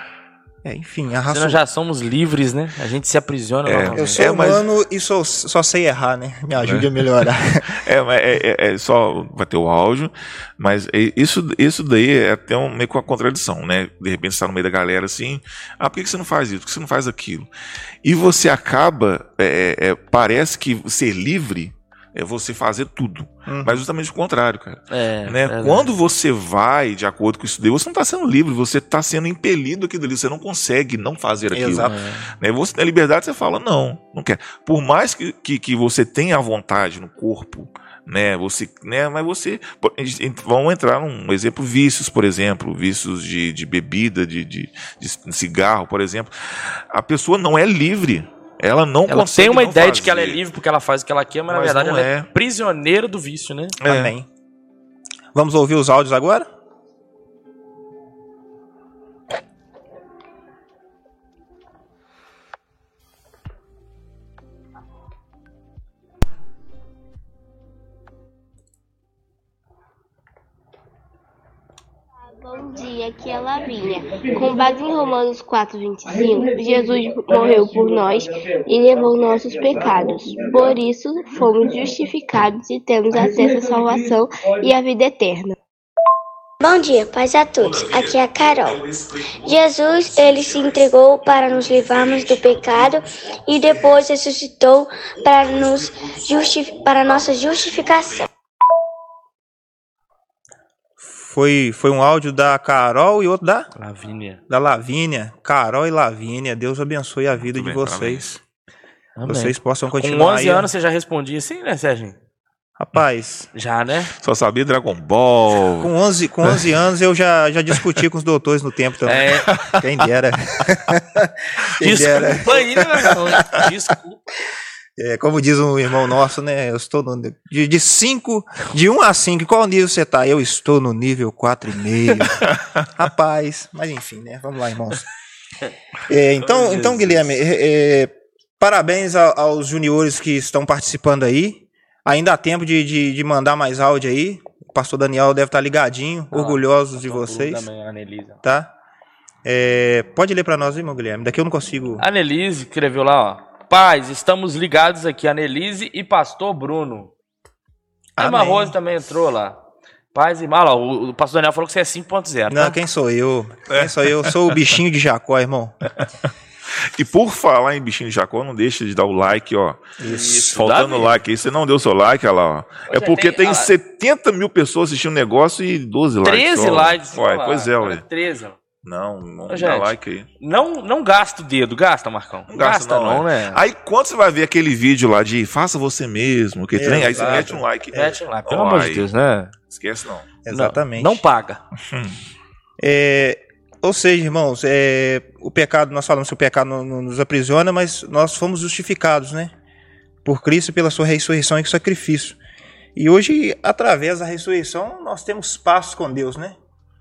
É, enfim, a raça... Nós já somos livres, né? A gente se aprisiona. É, eu sou é, humano mas... e sou, só sei errar, né? Me ajude é. a melhorar. É, mas é, é, é só vai ter o áudio, mas isso, isso daí é até um, meio com uma contradição, né? De repente você tá no meio da galera assim, ah, por que você não faz isso? Por que você não faz aquilo? E você acaba, é, é, parece que ser livre é você fazer tudo. Uhum. Mas justamente o contrário, cara. É, né? é Quando você vai de acordo com isso daí, você não está sendo livre, você está sendo impelido aquilo ali, você não consegue não fazer aquilo. Exato. Né? Você tem liberdade, você fala, não, não quer. Por mais que, que, que você tenha a vontade no corpo, né, você, né, mas você... Vamos entrar num exemplo, vícios, por exemplo, vícios de, de bebida, de, de, de cigarro, por exemplo. A pessoa não é livre. Ela não ela consegue tem uma não ideia fazer. de que ela é livre porque ela faz o que ela quer, mas, mas na verdade ela é. é prisioneira do vício, né? É. Amém. Vamos ouvir os áudios agora? Bom dia, aqui é a Lavínia. Com base em Romanos quatro, vinte e cinco, Jesus morreu por nós e levou nossos pecados. Por isso, fomos justificados e temos acesso à salvação e à vida eterna. Bom dia, paz a todos. Aqui é a Carol. Jesus, ele se entregou para nos livrarmos do pecado e depois ressuscitou para nos justific... para nossa justificação. Foi, foi um áudio da Carol e outro da? Lavínia. Da Lavínia. Carol e Lavínia. Deus abençoe a vida Muito de bem, vocês. Amém. Vocês possam continuar. Com onze aí, anos você já respondia assim, né, Sérgio? Rapaz. Já, né? Só sabia Dragon Ball. Com onze, com onze anos eu já, já discuti com os doutores no tempo também. É. Quem dera. Quem Desculpa dera. aí, né, meu irmão? Desculpa. É, como diz um irmão nosso, né? Eu estou no de, de cinco, de um a cinco, qual nível você tá? Eu estou no nível quatro e meio. Rapaz, mas enfim, né? Vamos lá, irmãos. É, então, então, Guilherme, é, Parabéns a, aos juniores que estão participando aí. Ainda há tempo de, de, de mandar mais áudio aí. O pastor Daniel deve estar ligadinho, ah, orgulhosos de vocês. Também, a Anelise. Tá? É, pode ler para nós, irmão Guilherme? Daqui eu não consigo. A Anelise escreveu lá, ó. Paz, estamos ligados aqui, Anelise e pastor Bruno. A Irmã Rose também entrou lá. Paz e mal, o, o pastor Daniel falou que você é cinco ponto zero. Não, tá? Quem sou eu? Quem sou eu? Eu sou o bichinho de Jacó, irmão. E por falar em bichinho de Jacó, não deixa de dar o like, ó. Isso. Faltando o like aí. Você não deu seu like, olha lá, ó. Hoje é porque tem, tem setenta mil pessoas assistindo o negócio e doze likes. treze likes. Ué, pois é, ué. treze. Não, não Ô, gente, dá like aí. Não, não gasta o dedo, gasta, Marcão. Não gasta, gasta não, não né? Aí quando você vai ver aquele vídeo lá de faça você mesmo, que tem, aí você mete um like. Mete um like, pelo amor de Deus, né? Esquece não. Exatamente. Não, não paga. é, ou seja, irmãos, é, o pecado, nós falamos que o pecado não, não nos aprisiona, mas nós fomos justificados, né? Por Cristo e pela sua ressurreição e sacrifício. E hoje, através da ressurreição, nós temos paz com Deus, né?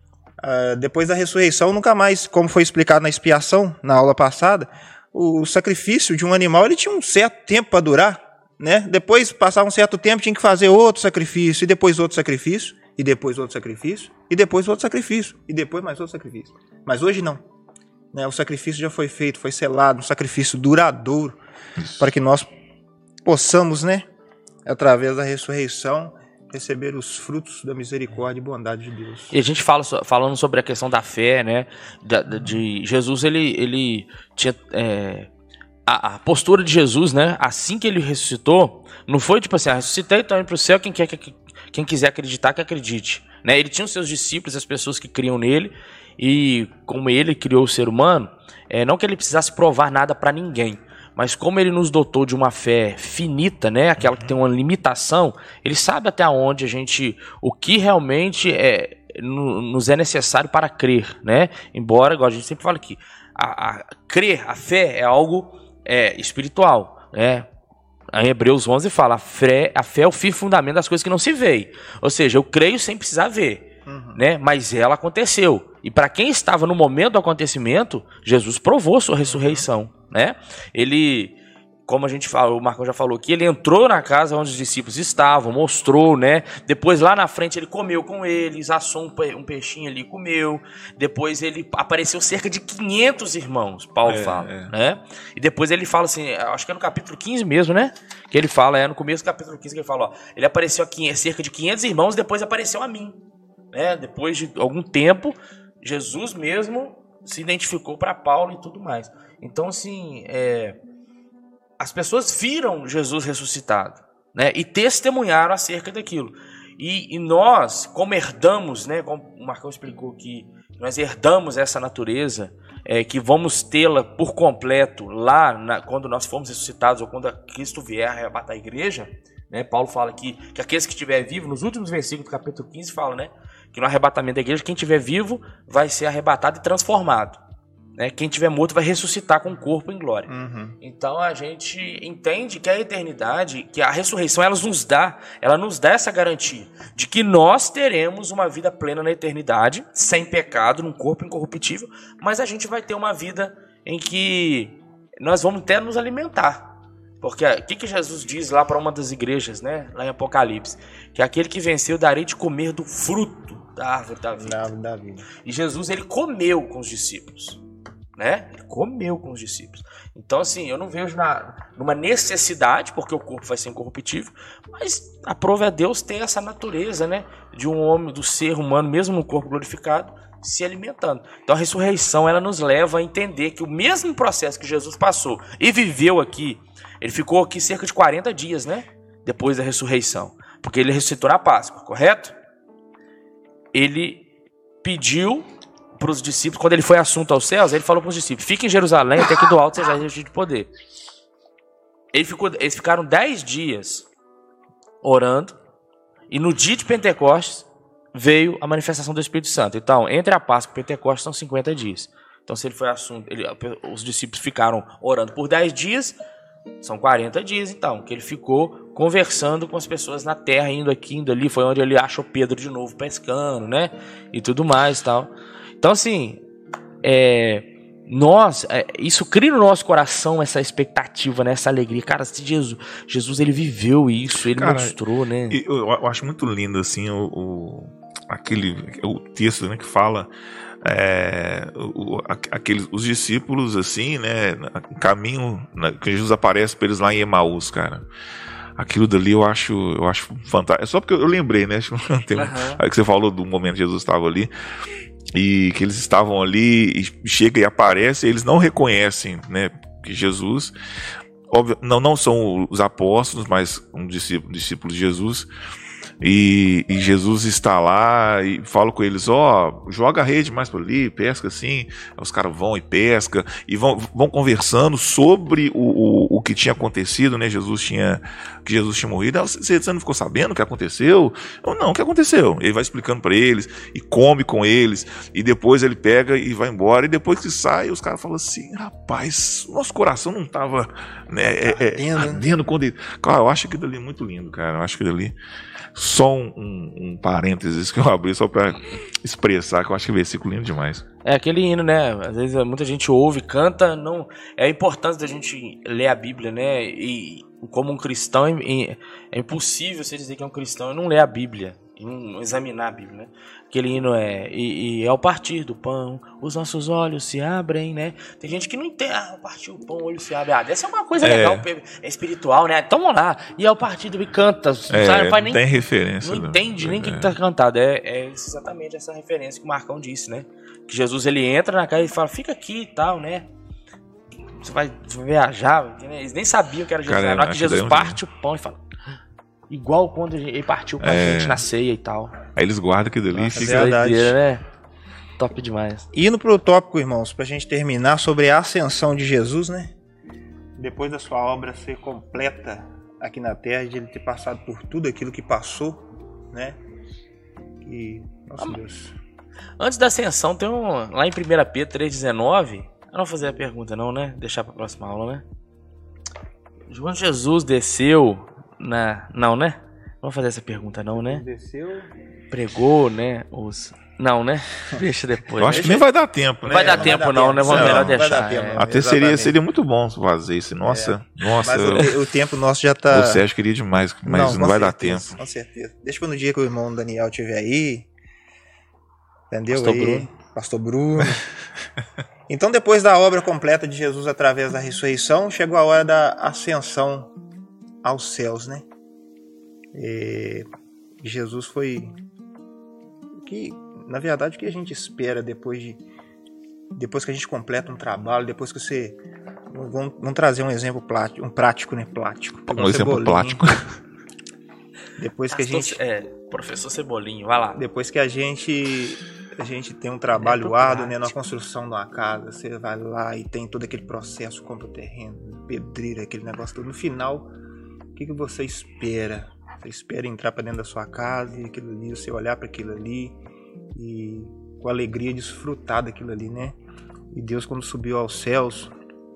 Uh, depois da ressurreição, nunca mais, como foi explicado na expiação, na aula passada, o, o sacrifício de um animal ele tinha um certo tempo para durar, né? Depois, passava um certo tempo, tinha que fazer outro sacrifício, e depois outro sacrifício, e depois outro sacrifício, e depois outro sacrifício, e depois mais outro sacrifício. Mas hoje não. Né? O sacrifício já foi feito, foi selado, um sacrifício duradouro, Isso. para que nós possamos, né, através da ressurreição, receber os frutos da misericórdia e bondade de Deus. E a gente fala falando sobre a questão da fé, né? De, de Jesus, ele, ele tinha é, a, a postura de Jesus, né? Assim que ele ressuscitou, não foi tipo assim, ah, ressuscitei, estou indo para o céu, quem quer que quem quiser acreditar que acredite, né? Ele tinha os seus discípulos, as pessoas que criam nele, e como ele criou o ser humano, é, não que ele precisasse provar nada para ninguém. Mas como ele nos dotou de uma fé finita, né, aquela que tem uma limitação, ele sabe até onde a gente, o que realmente é, no, nos é necessário para crer, né? Embora, igual a gente sempre fala aqui, a, a crer, a fé é algo é, espiritual, né? Em Hebreus onze fala, a fé, a fé é o fim e fundamento das coisas que não se veem. Ou seja, eu creio sem precisar ver, uhum. né? Mas ela aconteceu. E para quem estava no momento do acontecimento, Jesus provou sua ressurreição, né? Ele, como a gente falou, o Marcão já falou aqui, ele entrou na casa onde os discípulos estavam, mostrou, né? Depois lá na frente ele comeu com eles, assou um, pe- um peixinho ali e comeu. Depois ele apareceu cerca de quinhentos irmãos, Paulo é, fala, é. né? E depois ele fala assim, acho que é no capítulo quinze mesmo, né? Que ele fala, é no começo do capítulo quinze que ele fala, ó, ele apareceu a cerca de quinhentos irmãos e depois apareceu a mim, né? Depois de algum tempo, Jesus mesmo se identificou para Paulo e tudo mais. Então, assim, é, as pessoas viram Jesus ressuscitado, né, e testemunharam acerca daquilo. E, e nós, como herdamos, né, como o Marcão explicou aqui, nós herdamos essa natureza, é, que vamos tê-la por completo lá na, quando nós formos ressuscitados ou quando Cristo vier arrebatar a igreja. Né, Paulo fala aqui que aqueles que estiverem vivos, nos últimos versículos do capítulo quinze, fala, né, que no arrebatamento da igreja, quem estiver vivo vai ser arrebatado e transformado. Né? Quem estiver morto vai ressuscitar com o corpo em glória. Uhum. Então a gente entende que a eternidade, que a ressurreição, ela nos dá, ela nos dá essa garantia de que nós teremos uma vida plena na eternidade, sem pecado, num corpo incorruptível, mas a gente vai ter uma vida em que nós vamos até nos alimentar. Porque o que, que Jesus diz lá para uma das igrejas, né? Lá em Apocalipse? Que aquele que venceu darei de comer do fruto da árvore da vida. Da árvore da vida. E Jesus, ele comeu com os discípulos. Né? Ele comeu com os discípulos. Então, assim, eu não vejo na, numa necessidade, porque o corpo vai ser incorruptível, mas aprove a Deus ter essa natureza, né? De um homem, do ser humano, mesmo no corpo glorificado, se alimentando. Então a ressurreição, ela nos leva a entender que o mesmo processo que Jesus passou e viveu aqui, ele ficou aqui cerca de quarenta dias, né? Depois da ressurreição. Porque ele ressuscitou na Páscoa, correto? Ele pediu para os discípulos, quando ele foi assunto aos céus, ele falou para os discípulos, fiquem em Jerusalém até que do alto seja revestido de poder. Ele ficou, eles ficaram dez dias orando, e no dia de Pentecostes veio a manifestação do Espírito Santo. Então, entre a Páscoa e Pentecostes são cinquenta dias. Então, se ele foi assunto, ele, os discípulos ficaram orando por dez dias, são quarenta dias, então, que ele ficou conversando com as pessoas na terra, indo aqui, indo ali, foi onde ele achou Pedro de novo pescando, né, e tudo mais e tal. Então, assim, é, nós, é, isso cria no nosso coração essa expectativa, né, essa alegria. Cara, se Jesus, Jesus ele viveu isso, ele Cara, mostrou, né? Eu, eu acho muito lindo assim o, o aquele o texto, né, que fala é, o, aqueles os discípulos assim, né, no caminho, né, que Jesus aparece para eles lá em Emaús, cara. Aquilo dali eu acho, eu acho fantástico. É só porque eu lembrei, né? Tem, uhum. Aí que você falou do momento que Jesus estava ali. E que eles estavam ali, e chega e aparece, e eles não reconhecem, né, que Jesus, óbvio, não, não são os apóstolos, mas um discípulo, discípulo de Jesus, e, e Jesus está lá e fala com eles, ó, oh, joga a rede mais por ali, pesca assim. Os caras vão e pesca e vão, vão conversando sobre o, o, o que tinha acontecido, né? Jesus tinha, que Jesus tinha morrido. Você, você não ficou sabendo o que aconteceu? Eu, não, o que aconteceu? Ele vai explicando para eles e come com eles, e depois ele pega e vai embora, e depois que sai, os caras falam assim, rapaz, nosso coração não estava, né, é, é, ardendo quando ele... Cara, eu acho aquilo ali muito lindo, cara. Eu acho aquilo ali... Só um, um, um parênteses que eu abri só para expressar, que eu acho que é versículo lindo demais. É aquele hino, né? Às vezes muita gente ouve, canta, não... É importante da gente ler a Bíblia, né? E como um cristão, é, é impossível você dizer que é um cristão e não ler a Bíblia, e não examinar a Bíblia, né? Aquele hino é... E, e ao partir do pão, os nossos olhos se abrem, né? Tem gente que não entende, ah, ao partir do pão, o olho se abre. Ah, essa é uma coisa é. legal, é espiritual, né? Então vamos lá. E ao partir do... E canta. É, sabe? Não, faz nem, tem referência. Não entende nem o é. que tá cantado. É, é exatamente essa referência que o Marcão disse, né? Que Jesus, ele entra na casa e fala, fica aqui e tal, né? Você vai, você vai viajar. Né? Eles nem sabiam que era Jesus. Cara, na hora que Jesus parte o pão e fala... Igual quando ele partiu com a é. gente na ceia e tal. Aí eles guardam aquilo ali e fica... É verdade. Né? Top demais. Indo pro tópico, irmãos, pra gente terminar sobre a ascensão de Jesus, né? Depois da sua obra ser completa aqui na Terra, de ele ter passado por tudo aquilo que passou, né? E... Nossa ah, Deus. Antes da ascensão, tem um... Lá em primeira Pedro três dezenove... Eu não vou fazer a pergunta não, né? Deixar pra próxima aula, né? Quando Jesus desceu... Na... Não, né? Vamos fazer essa pergunta não, né? Desceu. Pregou, né? Os... Não, né? Deixa depois. Eu acho né? que nem vai dar tempo, né? Vai dar não tempo vai dar não, tempo. né? Vamos não, melhor deixar. Tempo, é. Até seria, seria muito bom fazer isso. Nossa, é. nossa. Mas eu... o, o tempo nosso já tá... O Sérgio queria demais, mas não, não vai certeza, dar tempo. Com certeza. Deixa para no dia que o irmão Daniel estiver aí. Entendeu? Pastor aí, Bruno. Pastor Bruno. Então, depois da obra completa de Jesus através da ressurreição, chegou a hora da ascensão aos céus, né? E Jesus foi que, na verdade, o que a gente espera depois de depois que a gente completa um trabalho, depois que você vamos, vamos trazer um exemplo prático, um prático, né, prático. Um exemplo prático. Depois que a gente é, professor Cebolinho, vai lá. Depois que a gente a gente tem um trabalho é árduo, né, na construção de uma casa, você vai lá e tem todo aquele processo, compra o terreno, pedreira, aquele negócio todo. No final, o que, que você espera? Você espera entrar para dentro da sua casa e aquilo ali, você olhar para aquilo ali e com alegria desfrutar daquilo ali, né? E Deus, quando subiu aos céus,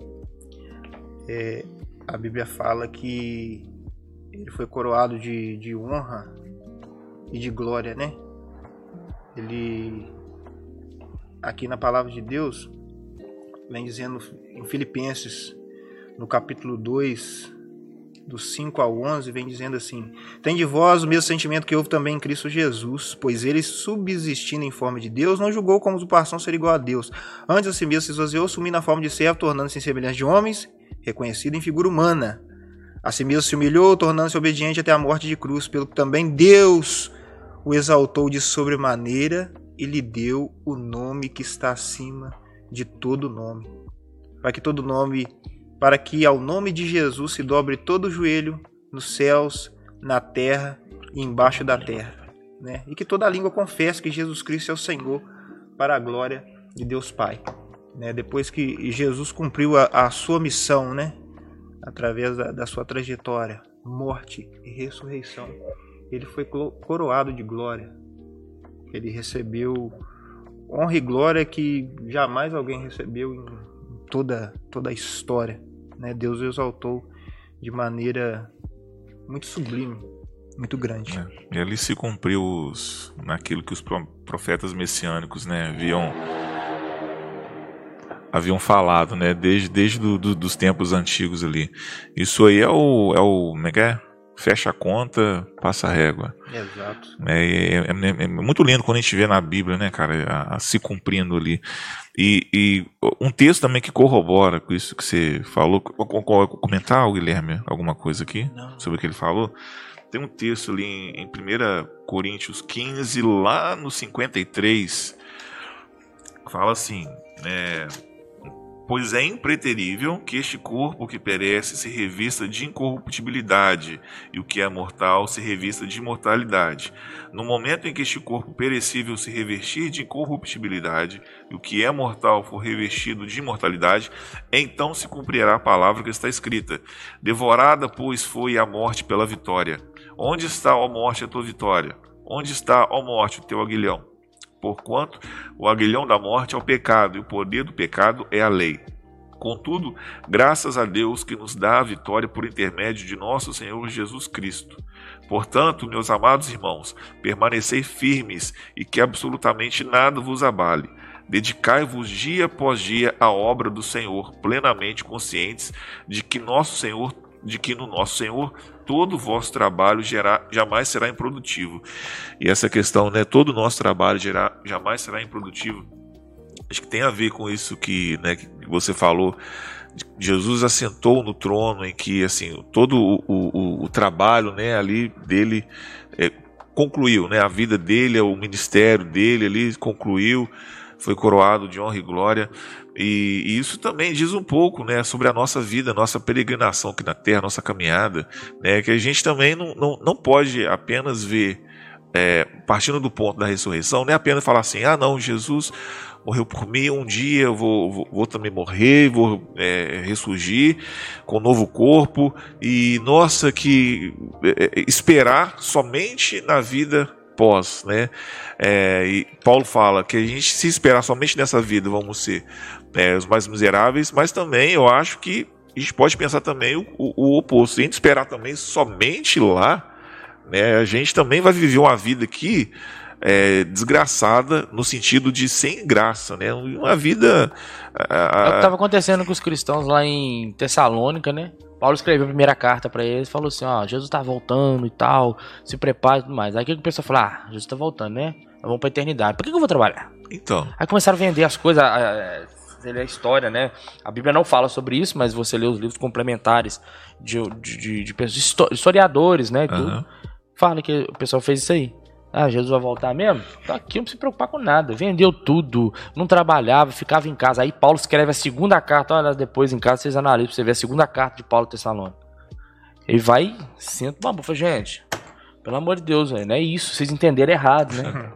é, a Bíblia fala que ele foi coroado de, de honra e de glória, né? Ele, aqui na palavra de Deus, vem dizendo em Filipenses, no capítulo dois, do cinco ao onze, vem dizendo assim: tem de vós o mesmo sentimento que houve também em Cristo Jesus, pois ele, subsistindo em forma de Deus, não julgou como usurpação ser igual a Deus. Antes a si mesmo se esvaziou, assumindo a forma de servo, tornando-se em semelhança de homens, reconhecido em figura humana. A si mesmo se humilhou, tornando-se obediente até a morte de cruz, pelo que também Deus o exaltou de sobremaneira e lhe deu o nome que está acima de todo nome, para que todo nome para que ao nome de Jesus se dobre todo o joelho nos céus, na terra e embaixo da terra, né? E que toda língua confesse que Jesus Cristo é o Senhor, para a glória de Deus Pai, né? Depois que Jesus cumpriu a, a sua missão, né? Através da, da sua trajetória, morte e ressurreição, ele foi coroado de glória. Ele recebeu honra e glória que jamais alguém recebeu em toda, toda a história, né? Deus o exaltou de maneira muito sublime, muito grande. É. E ali se cumpriu os, naquilo que os profetas messiânicos, né, haviam, haviam falado, né? Desde, desde do, do, dos tempos antigos ali. Isso aí é o, é o como é que é? Fecha a conta, passa a régua. Exato. É, é, é, é muito lindo quando a gente vê na Bíblia, né, cara, a, a se cumprindo ali. E, e um texto também que corrobora com isso que você falou. Comentar, Guilherme, alguma coisa aqui Não. sobre o que ele falou? Tem um texto ali em, em primeira Coríntios quinze, lá no cinquenta e três, fala assim, né? Pois é impreterível que este corpo que perece se revista de incorruptibilidade, e o que é mortal se revista de imortalidade. No momento em que este corpo perecível se revestir de incorruptibilidade, e o que é mortal for revestido de imortalidade, então se cumprirá a palavra que está escrita: devorada, pois, foi a morte pela vitória. Onde está, ó morte, a tua vitória? Onde está, ó morte, o teu aguilhão? Porquanto o aguilhão da morte é o pecado, e o poder do pecado é a lei. Contudo, graças a Deus que nos dá a vitória por intermédio de nosso Senhor Jesus Cristo. Portanto, meus amados irmãos, permanecei firmes e que absolutamente nada vos abale. Dedicai-vos dia após dia à obra do Senhor, plenamente conscientes de que nosso Senhor, de que no nosso Senhor todo o vosso trabalho gerar, jamais será improdutivo. E essa questão, né, todo o nosso trabalho gerar, jamais será improdutivo, acho que tem a ver com isso que, né, que você falou. Jesus assentou no trono, em que assim, todo o, o, o trabalho, né, ali dele é, concluiu, né, a vida dele, o ministério dele ali concluiu, foi coroado de honra e glória. E, e isso também diz um pouco, né, sobre a nossa vida, nossa peregrinação aqui na Terra, nossa caminhada, né, que a gente também não, não, não pode apenas ver, é, partindo do ponto da ressurreição, não é apenas falar assim, ah não, Jesus morreu por mim, um dia eu vou, vou, vou também morrer, vou é, ressurgir com um novo corpo, e nossa, que é, esperar somente na vida pós, né? É, e Paulo fala que a gente, se esperar somente nessa vida, vamos ser é, os mais miseráveis, mas também eu acho que a gente pode pensar também o, o, o oposto. Se a gente esperar também somente lá, né, a gente também vai viver uma vida aqui é, desgraçada, no sentido de sem graça, né? Uma vida... A... É o que estava acontecendo com os cristãos lá em Tessalônica, né? Paulo escreveu a primeira carta para eles, falou assim, ó, Jesus tá voltando e tal, se prepara e tudo mais. Aí que o pessoal falou, ah, Jesus tá voltando, né? Vamos pra eternidade. Por que, que eu vou trabalhar? Então. Aí começaram a vender as coisas, a, a, a história, né? A Bíblia não fala sobre isso, mas você lê os livros complementares de, de, de, de pessoas, historiadores, né? E tudo, uhum. Fala que o pessoal fez isso aí. Ah, Jesus vai voltar mesmo? Tá aqui, não precisa se preocupar com nada. Vendeu tudo, não trabalhava, ficava em casa. Aí Paulo escreve a segunda carta, olha depois em casa, vocês analisam pra você ver a segunda carta de Paulo Tessalônica. Ele vai, senta uma bufa, gente. Pelo amor de Deus, véio, não é isso, vocês entenderam errado, né?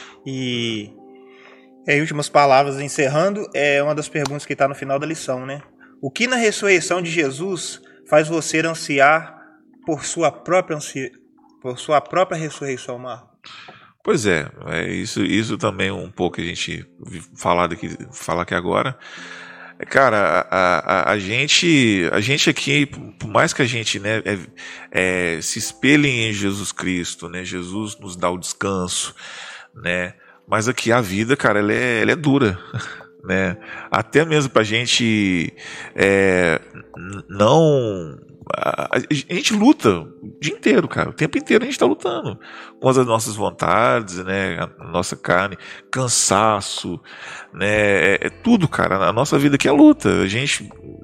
E em últimas palavras, encerrando, é uma das perguntas que está no final da lição, né? O que na ressurreição de Jesus faz você ansiar por sua própria, ansi... por sua própria ressurreição, Marco? Pois é, é isso, isso também um pouco que a gente falar aqui, falar aqui agora. Cara, a, a, a, gente, a gente aqui, por mais que a gente, né, é, é, se espelhe em Jesus Cristo, né, Jesus nos dá o descanso, né, mas aqui a vida, cara, ela é, ela é dura, né, até mesmo pra gente é, não... A, a gente luta o dia inteiro, cara. O tempo inteiro a gente está lutando com as nossas vontades, né? A nossa carne, cansaço, né? É, é tudo, cara. A nossa vida aqui é luta. A gente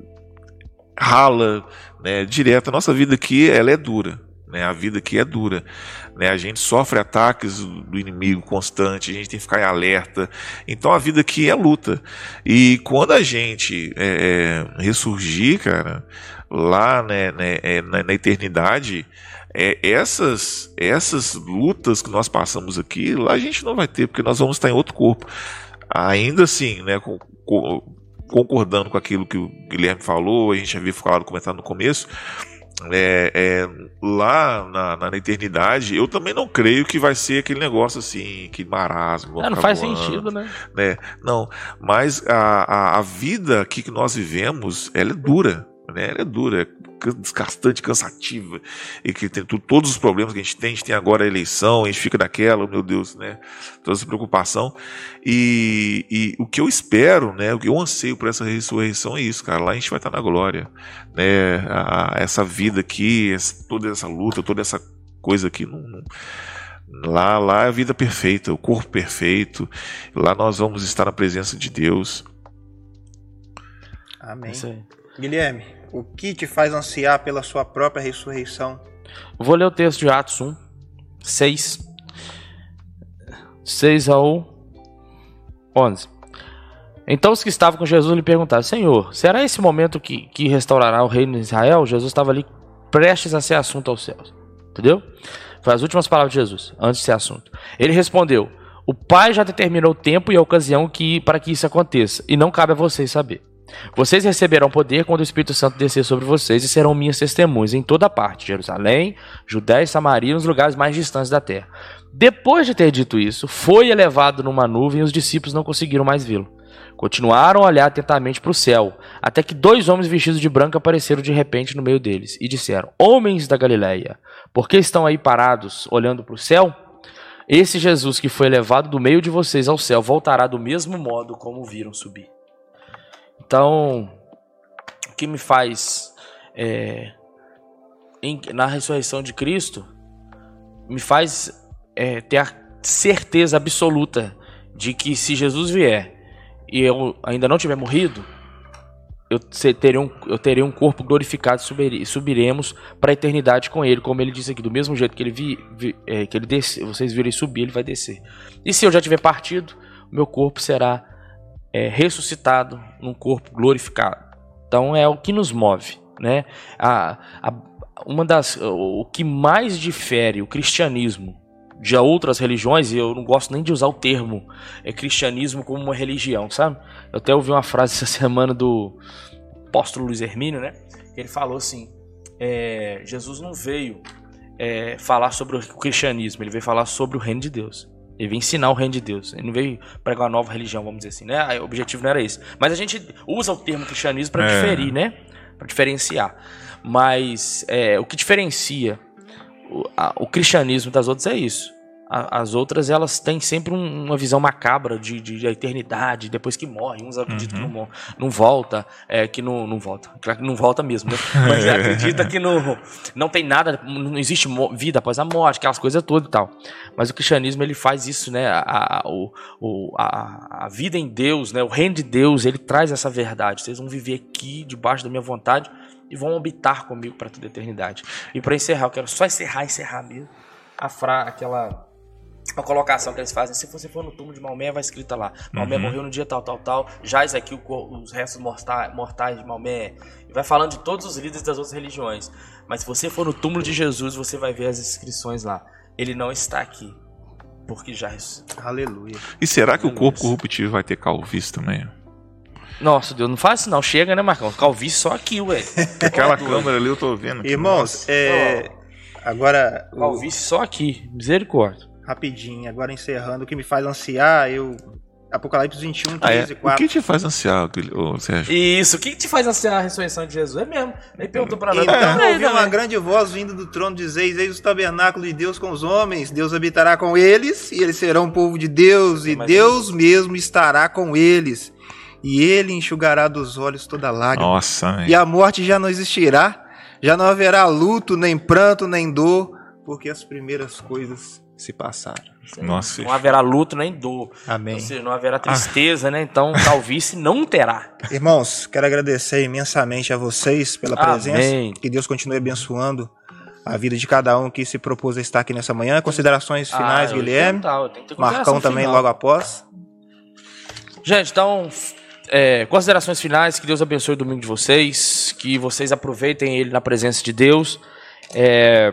rala, né? Direto. A nossa vida aqui, ela é dura, né? A vida aqui é dura, né? A gente sofre ataques do inimigo constante. A gente tem que ficar em alerta. Então a vida aqui é luta. E quando a gente é, é, ressurgir, cara, lá, né, né, na, na eternidade, é, essas, essas lutas que nós passamos aqui, lá a gente não vai ter, porque nós vamos estar em outro corpo. Ainda assim, né, com, com, concordando com aquilo que o Guilherme falou, a gente havia falado, comentado no começo, é, é, lá na, na eternidade, eu também não creio que vai ser aquele negócio assim, que marasmo. É, não faz voando, sentido, né? né? Não, mas a, a, a vida aqui que nós vivemos, ela é dura. Né, ela é dura, desgastante, cansativa, e que tem todos os problemas que a gente tem, a gente tem agora a eleição, a gente fica naquela, meu Deus, né? Toda essa preocupação. E, e o que eu espero, né? O que eu anseio por essa ressurreição é isso, cara. Lá a gente vai estar na glória, né? A, a, essa vida aqui, essa, toda essa luta, toda essa coisa aqui, não, não, lá, lá é a vida perfeita, o corpo perfeito. Lá nós vamos estar na presença de Deus. Amém. Guilherme, o que te faz ansiar pela sua própria ressurreição? Vou ler o texto de Atos um, seis. seis ao onze. Então os que estavam com Jesus lhe perguntaram: Senhor, será esse momento que, que restaurará o reino de Israel? Jesus estava ali prestes a ser assunto aos céus. Entendeu? Foi as últimas palavras de Jesus, antes de ser assunto. Ele respondeu: o Pai já determinou o tempo e a ocasião que, para que isso aconteça, e não cabe a vocês saber. Vocês receberão poder quando o Espírito Santo descer sobre vocês e serão minhas testemunhas em toda parte, Jerusalém, Judéia e Samaria, nos lugares mais distantes da terra. Depois de ter dito isso, foi elevado numa nuvem e os discípulos não conseguiram mais vê-lo. Continuaram a olhar atentamente para o céu, até que dois homens vestidos de branco apareceram de repente no meio deles e disseram: Homens da Galileia, por que estão aí parados, olhando para o céu? Esse Jesus que foi elevado do meio de vocês ao céu voltará do mesmo modo como o viram subir. Então, o que me faz, é, em, na ressurreição de Cristo, me faz é, ter a certeza absoluta de que se Jesus vier e eu ainda não tiver morrido, eu terei um, eu terei um corpo glorificado e subiremos para a eternidade com ele, como ele disse aqui, do mesmo jeito que ele vi, vi é, que ele desce, vocês viram ele subir, ele vai descer. E se eu já tiver partido, o meu corpo será é, ressuscitado num corpo glorificado. Então é o que nos move, né? A, a, uma das, o que mais difere o cristianismo de outras religiões, e eu não gosto nem de usar o termo é, cristianismo como uma religião, sabe? Eu até ouvi uma frase essa semana do apóstolo Luiz Hermínio, né? Ele falou assim: é, Jesus não veio é, falar sobre o cristianismo, ele veio falar sobre o reino de Deus. Ele veio ensinar o reino de Deus. Ele não veio pregar uma nova religião, vamos dizer assim, né? O objetivo não era esse. Mas a gente usa o termo cristianismo para é. diferir, né? Para diferenciar. Mas é, o que diferencia o, a, o cristianismo das outras é isso. A, as outras, elas têm sempre um, uma visão macabra de, de, de eternidade, depois que morre. Uns acreditam uhum. que não, não volta, é, que não, não volta. Claro que não volta mesmo, né? Mas acredita que não, não tem nada, não existe vida após a morte, aquelas coisas todas e tal. Mas o cristianismo, ele faz isso, né? A, a, o, a, a vida em Deus, né? O reino de Deus, ele traz essa verdade. Vocês vão viver aqui, debaixo da minha vontade, e vão habitar comigo para toda a eternidade. E para encerrar, eu quero só encerrar, encerrar mesmo, a fra, aquela... a colocação que eles fazem: se você for no túmulo de Maomé, vai escrita lá: Maomé uhum. morreu no dia tal, tal, tal, jaz aqui o, os restos mortais de Maomé. E vai falando de todos os líderes das outras religiões. Mas se você for no túmulo de Jesus, você vai ver as inscrições lá: ele não está aqui, porque já ressuscitou. Aleluia. E será que Aleluia. O corpo corruptível vai ter calvície também? Nossa, Deus, não faz isso não. Chega, né, Marcão? Calvície só aqui, ué. Aquela câmera ali eu tô vendo. Irmãos, é... agora... Calvície só aqui. Misericórdia. Rapidinho, agora encerrando, o que me faz ansiar, eu... Apocalipse vinte e um, três e quatro. O que te faz ansiar, Sérgio? Isso, o que te faz ansiar a ressurreição de Jesus? É mesmo. Ele perguntou pra nós. Então é. ouvi uma grande voz vindo do trono dizer: eis o tabernáculo de Deus com os homens, Deus habitará com eles, e eles serão o povo de Deus, e Mas Deus eu... mesmo estará com eles, e ele enxugará dos olhos toda lágrima. Nossa, e a morte já não existirá, já não haverá luto, nem pranto, nem dor, porque as primeiras coisas se passaram. Nossa. Não haverá luto nem dor. Amém. Ou seja, não haverá tristeza, ah. né? Então, calvície não terá. Irmãos, quero agradecer imensamente a vocês pela presença. Amém. Que Deus continue abençoando a vida de cada um que se propôs a estar aqui nessa manhã. Considerações finais, ah, Guilherme. Tentar, tem que ter Marcão também final. logo após. Gente, então, é, considerações finais. Que Deus abençoe o domingo de vocês. Que vocês aproveitem ele na presença de Deus. É...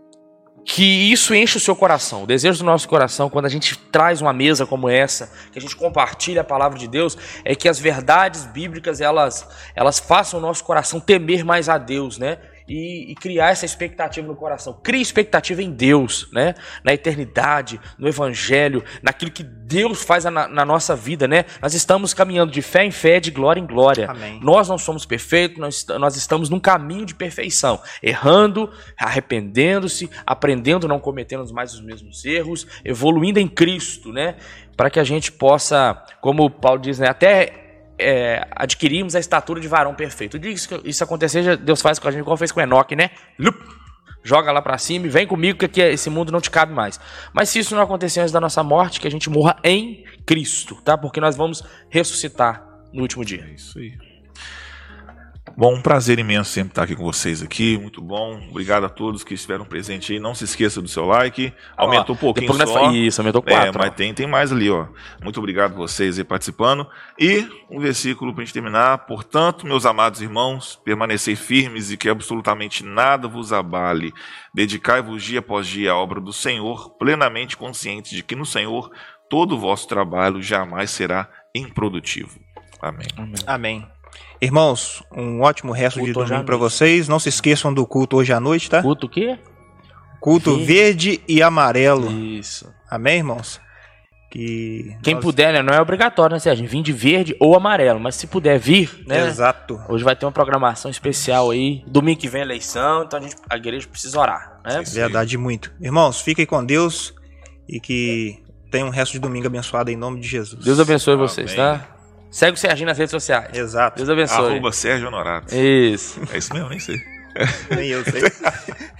Que isso enche o seu coração. O desejo do nosso coração, quando a gente traz uma mesa como essa, que a gente compartilha a palavra de Deus, é que as verdades bíblicas, elas, elas façam o nosso coração temer mais a Deus, né? e, e criar essa expectativa no coração. Crie expectativa em Deus, né? Na eternidade, no Evangelho, naquilo que Deus faz na, na nossa vida, né? Nós estamos caminhando de fé em fé, de glória em glória. Amém. Nós não somos perfeitos, nós, nós estamos num caminho de perfeição, errando, arrependendo-se, aprendendo, não cometendo mais os mesmos erros, evoluindo em Cristo, né? Para que a gente possa, como Paulo diz, né? Até é, adquirirmos a estatura de varão perfeito. Isso, isso acontecer, Deus faz com a gente igual fez com Enoque, né? Joga lá pra cima e vem comigo que aqui esse mundo não te cabe mais. Mas se isso não acontecer antes da nossa morte, que a gente morra em Cristo, tá? Porque nós vamos ressuscitar no último dia. É isso aí. Bom, um prazer imenso sempre estar aqui com vocês aqui, muito bom. Obrigado a todos que estiveram presentes aí. Não se esqueça do seu like. Aumentou ó, um pouquinho só. Isso, aumentou quatro. É, mas tem, tem mais ali, ó. Muito obrigado a vocês aí participando. E um versículo para a gente terminar. Portanto, meus amados irmãos, permanecei firmes e que absolutamente nada vos abale. Dedicai-vos dia após dia à obra do Senhor, plenamente conscientes de que no Senhor todo o vosso trabalho jamais será improdutivo. Amém. Amém. Amém. Irmãos, um ótimo resto culto de domingo para vocês. Não se esqueçam do culto hoje à noite, tá? Culto o quê? Culto verde, verde e amarelo. Isso. Amém, irmãos? Que Quem nós... puder, né? Não é obrigatório, né, Sérgio? Vir de verde ou amarelo. Mas se puder vir, né? Exato. Hoje vai ter uma programação especial aí. Domingo que vem é eleição, então a, gente, a igreja precisa orar, né? Verdade, muito. Irmãos, fiquem com Deus e que tenham um resto de domingo abençoado em nome de Jesus. Deus abençoe Amém. Vocês, tá? Segue o Serginho nas redes sociais. Exato. Deus abençoe. Arroba Sérgio Honorato. Isso. É isso mesmo, nem sei. Nem eu sei.